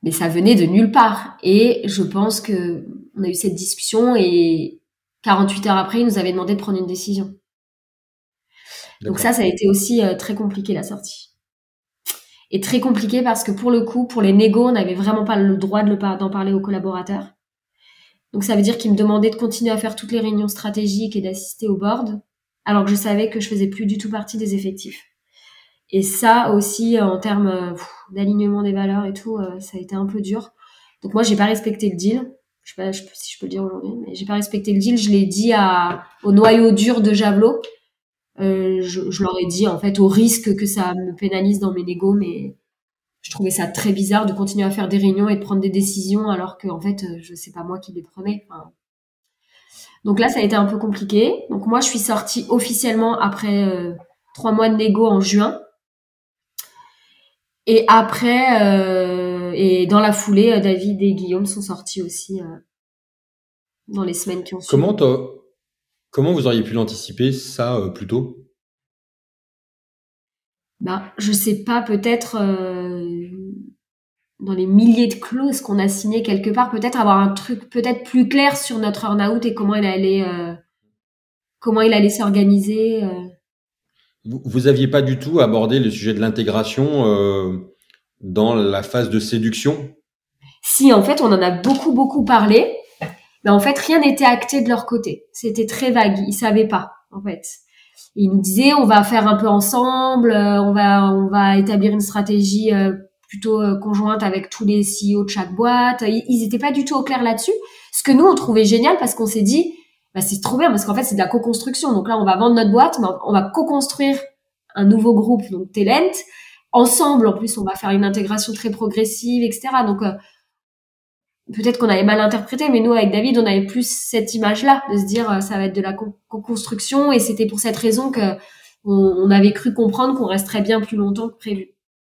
Speaker 2: Mais ça venait de nulle part. Et je pense que on a eu cette discussion et 48 heures après, il nous avait demandé de prendre une décision. Donc
Speaker 1: D'accord.
Speaker 2: ça a été aussi très compliqué la sortie. Et très compliqué parce que pour le coup, pour les négos, on n'avait vraiment pas le droit d'en parler aux collaborateurs. Donc ça veut dire qu'ils me demandaient de continuer à faire toutes les réunions stratégiques et d'assister au board, alors que je savais que je faisais plus du tout partie des effectifs. Et ça aussi, en termes d'alignement des valeurs et tout, ça a été un peu dur. Donc moi, j'ai pas respecté le deal. Je sais pas si je peux le dire aujourd'hui, mais j'ai pas respecté le deal. Je l'ai dit au noyau dur de Javelot. Je leur ai dit, en fait, au risque que ça me pénalise dans mes négos, mais je trouvais ça très bizarre de continuer à faire des réunions et de prendre des décisions alors que, en fait, je sais pas moi qui les prenais. Enfin, donc là, ça a été un peu compliqué. Donc moi, je suis sortie officiellement après 3 mois de négo en juin. Et après, et dans la foulée, David et Guillaume sont sortis aussi dans les semaines qui ont suivi.
Speaker 1: Comment, t'as- comment vous auriez pu l'anticiper ça plus tôt?
Speaker 2: Bah, je sais pas, peut-être dans les milliers de clauses qu'on a signées quelque part, peut-être avoir un truc peut-être plus clair sur notre earn-out et comment il allait s'organiser.
Speaker 1: Vous aviez pas du tout abordé le sujet de l'intégration dans la phase de séduction?
Speaker 2: Si, en fait, on en a beaucoup, beaucoup parlé, mais en fait, rien n'était acté de leur côté. C'était très vague. Ils savaient pas, en fait. Ils nous disaient, on va faire un peu ensemble, on va établir une stratégie plutôt conjointe avec tous les CEO de chaque boîte. Ils étaient pas du tout au clair là-dessus. Ce que nous, on trouvait génial parce qu'on s'est dit, bah, c'est trop bien parce qu'en fait, c'est de la co-construction. Donc là, on va vendre notre boîte, mais on va co-construire un nouveau groupe, donc Talent. Ensemble, en plus, on va faire une intégration très progressive, etc. Donc, peut-être qu'on avait mal interprété, mais nous, avec David, on avait plus cette image-là, de se dire, ça va être de la co-construction, et c'était pour cette raison que on avait cru comprendre qu'on resterait bien plus longtemps que prévu.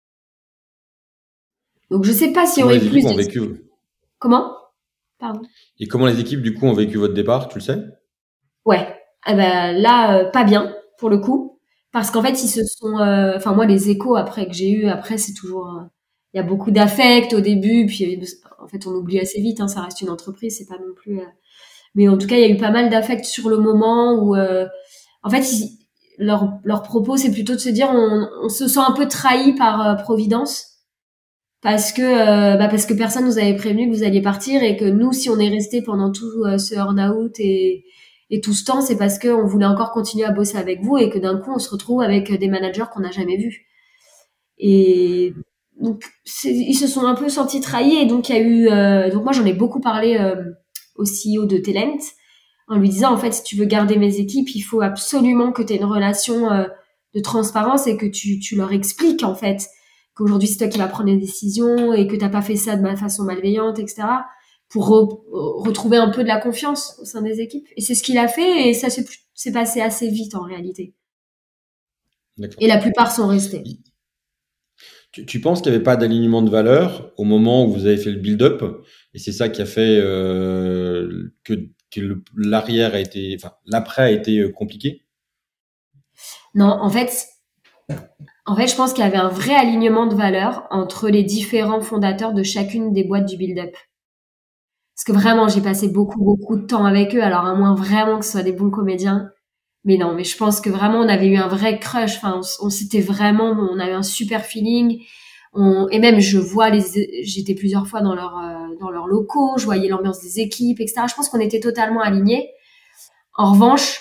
Speaker 2: Donc, je sais pas s'il y
Speaker 1: Comment
Speaker 2: aurait
Speaker 1: les
Speaker 2: plus
Speaker 1: équipes
Speaker 2: de...
Speaker 1: ont vécu
Speaker 2: Comment? Pardon.
Speaker 1: et comment les équipes du coup ont vécu votre départ, tu le sais?
Speaker 2: Ouais. Eh ben, là, pas bien, pour le coup. Parce qu'en fait, ils se sont... Enfin, moi, les échos après que j'ai eu, après, c'est toujours... Il y a beaucoup d'affect au début, puis en fait, on oublie assez vite, hein, ça reste une entreprise, c'est pas non plus... Mais en tout cas, il y a eu pas mal d'affect sur le moment où, en fait, leur propos, c'est plutôt de se dire, on se sent un peu trahi par Providence parce que personne nous avait prévenu que vous alliez partir et que nous, si on est resté pendant tout ce burn-out et tout ce temps, c'est parce qu'on voulait encore continuer à bosser avec vous et que d'un coup, on se retrouve avec des managers qu'on n'a jamais vus. Et donc, ils se sont un peu sentis trahis et donc il y a eu, donc moi j'en ai beaucoup parlé au CEO de Talent en lui disant en fait si tu veux garder mes équipes il faut absolument que tu aies une relation de transparence et que tu leur expliques en fait qu'aujourd'hui c'est toi qui vas prendre les décisions et que t'as pas fait ça de façon malveillante, etc., pour retrouver un peu de la confiance au sein des équipes. Et c'est ce qu'il a fait et ça s'est passé assez vite en réalité,
Speaker 1: D'accord.
Speaker 2: et la plupart sont restés.
Speaker 1: Tu penses qu'il n'y avait pas d'alignement de valeurs au moment où vous avez fait le build-up et c'est ça qui a fait que l'arrière a été, enfin l'après a été compliqué?
Speaker 2: Non, en fait, je pense qu'il y avait un vrai alignement de valeurs entre les différents fondateurs de chacune des boîtes du build-up. Parce que vraiment, j'ai passé beaucoup, beaucoup de temps avec eux. Alors, à moins vraiment que ce soit des bons comédiens. Mais non, mais je pense que vraiment, on avait eu un vrai crush. Enfin, on s'était vraiment, on a eu un super feeling. Et même, j'étais plusieurs fois dans leurs locaux. Je voyais l'ambiance des équipes, etc. Je pense qu'on était totalement alignés. En revanche,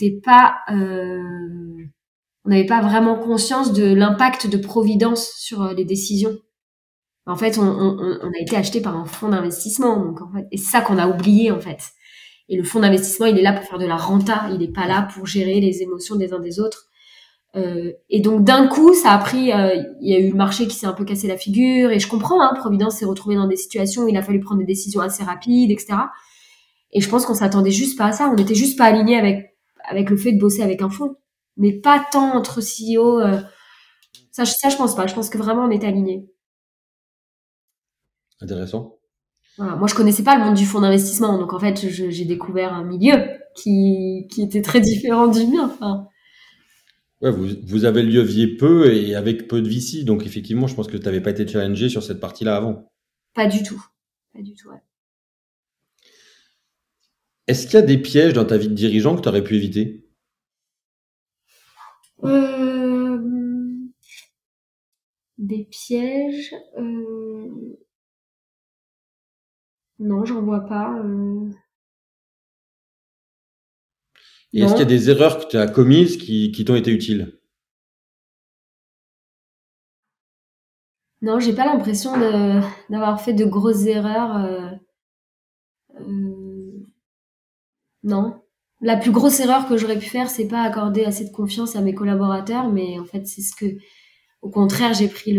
Speaker 2: on n'avait pas vraiment conscience de l'impact de Providence sur les décisions. En fait, on a été acheté par un fonds d'investissement, donc en fait, et c'est ça qu'on a oublié en fait. Et le fonds d'investissement, il est là pour faire de la renta, il n'est pas là pour gérer les émotions des uns des autres. Et donc d'un coup, ça a pris, il y a eu le marché qui s'est un peu cassé la figure, et je comprends, hein, Providence s'est retrouvé dans des situations où il a fallu prendre des décisions assez rapides, etc. Et je pense qu'on s'attendait juste pas à ça, on n'était juste pas aligné avec le fait de bosser avec un fonds, mais pas tant entre CEO. Ça, je pense pas. Je pense que vraiment on était alignés.
Speaker 1: Intéressant.
Speaker 2: Voilà. Moi, je connaissais pas le monde du fonds d'investissement, donc en fait, j'ai découvert un milieu qui était très différent du mien. Enfin,
Speaker 1: Ouais, vous avez levier peu et avec peu de VC, donc effectivement, je pense que tu n'avais pas été challengé sur cette partie-là avant.
Speaker 2: Pas du tout. Pas du tout, ouais.
Speaker 1: Est-ce qu'il y a des pièges dans ta vie de dirigeant que tu aurais pu éviter?
Speaker 2: Euh, des pièges, non, j'en vois pas.
Speaker 1: Et est-ce qu'il y a
Speaker 2: Non,
Speaker 1: des erreurs que tu as commises qui t'ont été utiles?
Speaker 2: non, j'ai pas l'impression d'avoir fait de grosses erreurs. Euh, non. La plus grosse erreur que j'aurais pu faire, c'est pas accorder assez de confiance à mes collaborateurs, mais en fait, au contraire,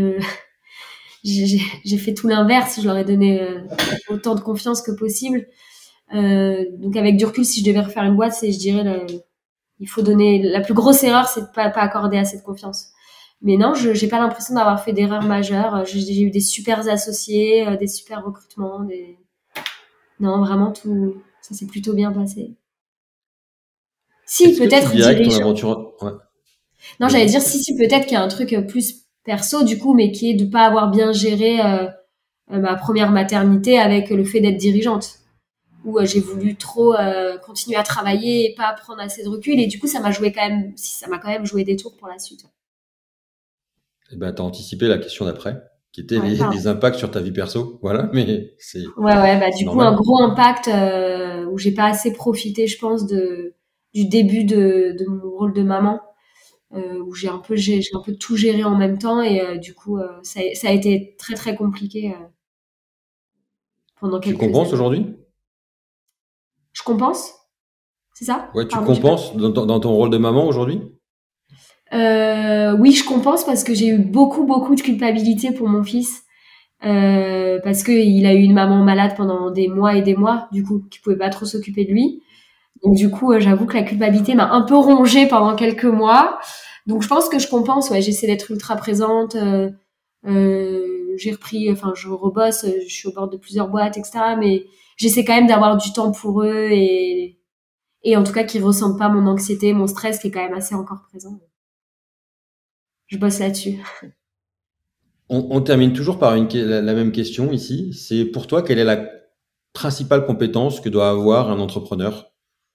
Speaker 2: j'ai fait tout l'inverse. Je leur ai donné autant de confiance que possible. Donc avec du recul, si je devais refaire une boîte, je dirais, il faut donner. La plus grosse erreur, c'est de pas accorder assez de confiance. Mais non, je j'ai pas l'impression d'avoir fait d'erreurs majeures. J'ai eu des super associés, des super recrutements, non, vraiment tout, ça s'est plutôt bien passé. Si,
Speaker 1: Est-ce que tu
Speaker 2: peut-être
Speaker 1: dirais que ton
Speaker 2: dirigeant.
Speaker 1: aventure... Ouais,
Speaker 2: Non, j'allais
Speaker 1: vas-y.
Speaker 2: dire si, peut-être qu'il y a un truc plus perso du coup, mais qui est de pas avoir bien géré ma première maternité avec le fait d'être dirigeante, où j'ai voulu trop continuer à travailler et pas prendre assez de recul, et du coup ça m'a joué quand même, si ça m'a quand même joué des tours pour la suite.
Speaker 1: Eh ben, tu as anticipé la question d'après, qui était
Speaker 2: Ouais, pardon.
Speaker 1: les impacts sur ta vie perso. Voilà, mais
Speaker 2: Ouais, ouais, bah
Speaker 1: c'est
Speaker 2: du coup un
Speaker 1: normal.
Speaker 2: gros impact où j'ai pas assez profité, je pense, du début de mon rôle de maman, où j'ai un peu tout géré en même temps, et du coup ça a été très très compliqué pendant
Speaker 1: Tu
Speaker 2: quelques
Speaker 1: compenses
Speaker 2: années.
Speaker 1: aujourd'hui?
Speaker 2: Je compense, c'est ça?
Speaker 1: Ouais, tu
Speaker 2: Pardon, j'ai pas.
Speaker 1: compenses dans ton rôle de maman aujourd'hui?
Speaker 2: Oui, je compense parce que j'ai eu beaucoup beaucoup de culpabilité pour mon fils. Parce que il a eu une maman malade pendant des mois et des mois, du coup, qui pouvait pas trop s'occuper de lui. Donc du coup, j'avoue que la culpabilité m'a un peu rongée pendant quelques mois. Donc je pense que je compense. Ouais, j'essaie d'être ultra présente. J'ai repris, enfin, je rebosse. Je suis au bord de plusieurs boîtes, etc. Mais j'essaie quand même d'avoir du temps pour eux, et en tout cas qu'ils ressentent pas mon anxiété, mon stress qui est quand même assez encore présent. Je bosse là-dessus.
Speaker 1: On termine toujours par la même question ici. C'est pour toi, quelle est la principale compétence que doit avoir un entrepreneur?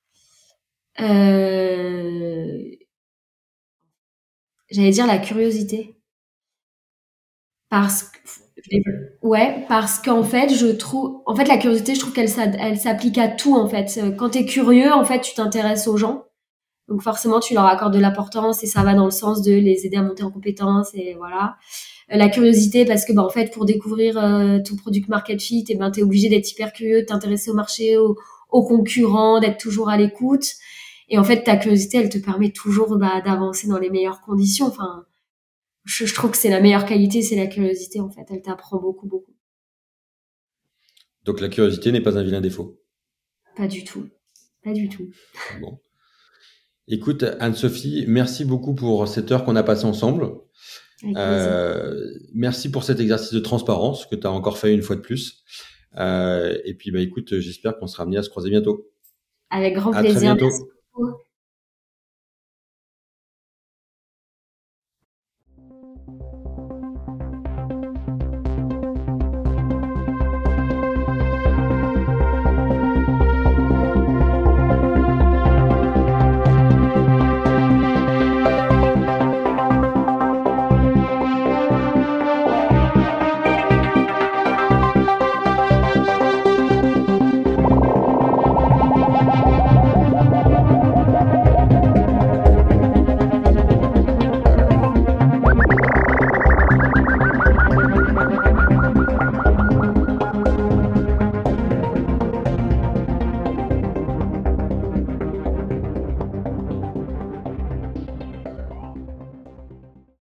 Speaker 2: Euh, J'allais dire la curiosité. Parce que, ouais, parce qu'en fait, en fait, la curiosité, je trouve elle s'applique à tout, en fait. Quand t'es curieux, en fait, tu t'intéresses aux gens. Donc, forcément, tu leur accordes de l'importance, et ça va dans le sens de les aider à monter en compétences, et voilà. La curiosité, parce que, bah, en fait, pour découvrir ton product market fit, et ben, t'es obligé d'être hyper curieux, de t'intéresser au marché, aux concurrents, d'être toujours à l'écoute. Et en fait, ta curiosité, elle te permet toujours, bah, d'avancer dans les meilleures conditions. Enfin, je trouve que c'est la meilleure qualité, c'est la curiosité, en fait. Elle t'apprend beaucoup, beaucoup.
Speaker 1: Donc la curiosité n'est pas un vilain défaut.
Speaker 2: Pas du tout. Pas du tout.
Speaker 1: Bon. Écoute, Anne-Sophie, merci beaucoup pour cette heure qu'on a passée ensemble.
Speaker 2: Avec plaisir.
Speaker 1: Merci pour cet exercice de transparence que tu as encore fait une fois de plus. Et puis, bah, écoute, j'espère qu'on sera amené à se croiser bientôt.
Speaker 2: Avec grand
Speaker 1: À très
Speaker 2: plaisir.
Speaker 1: bientôt.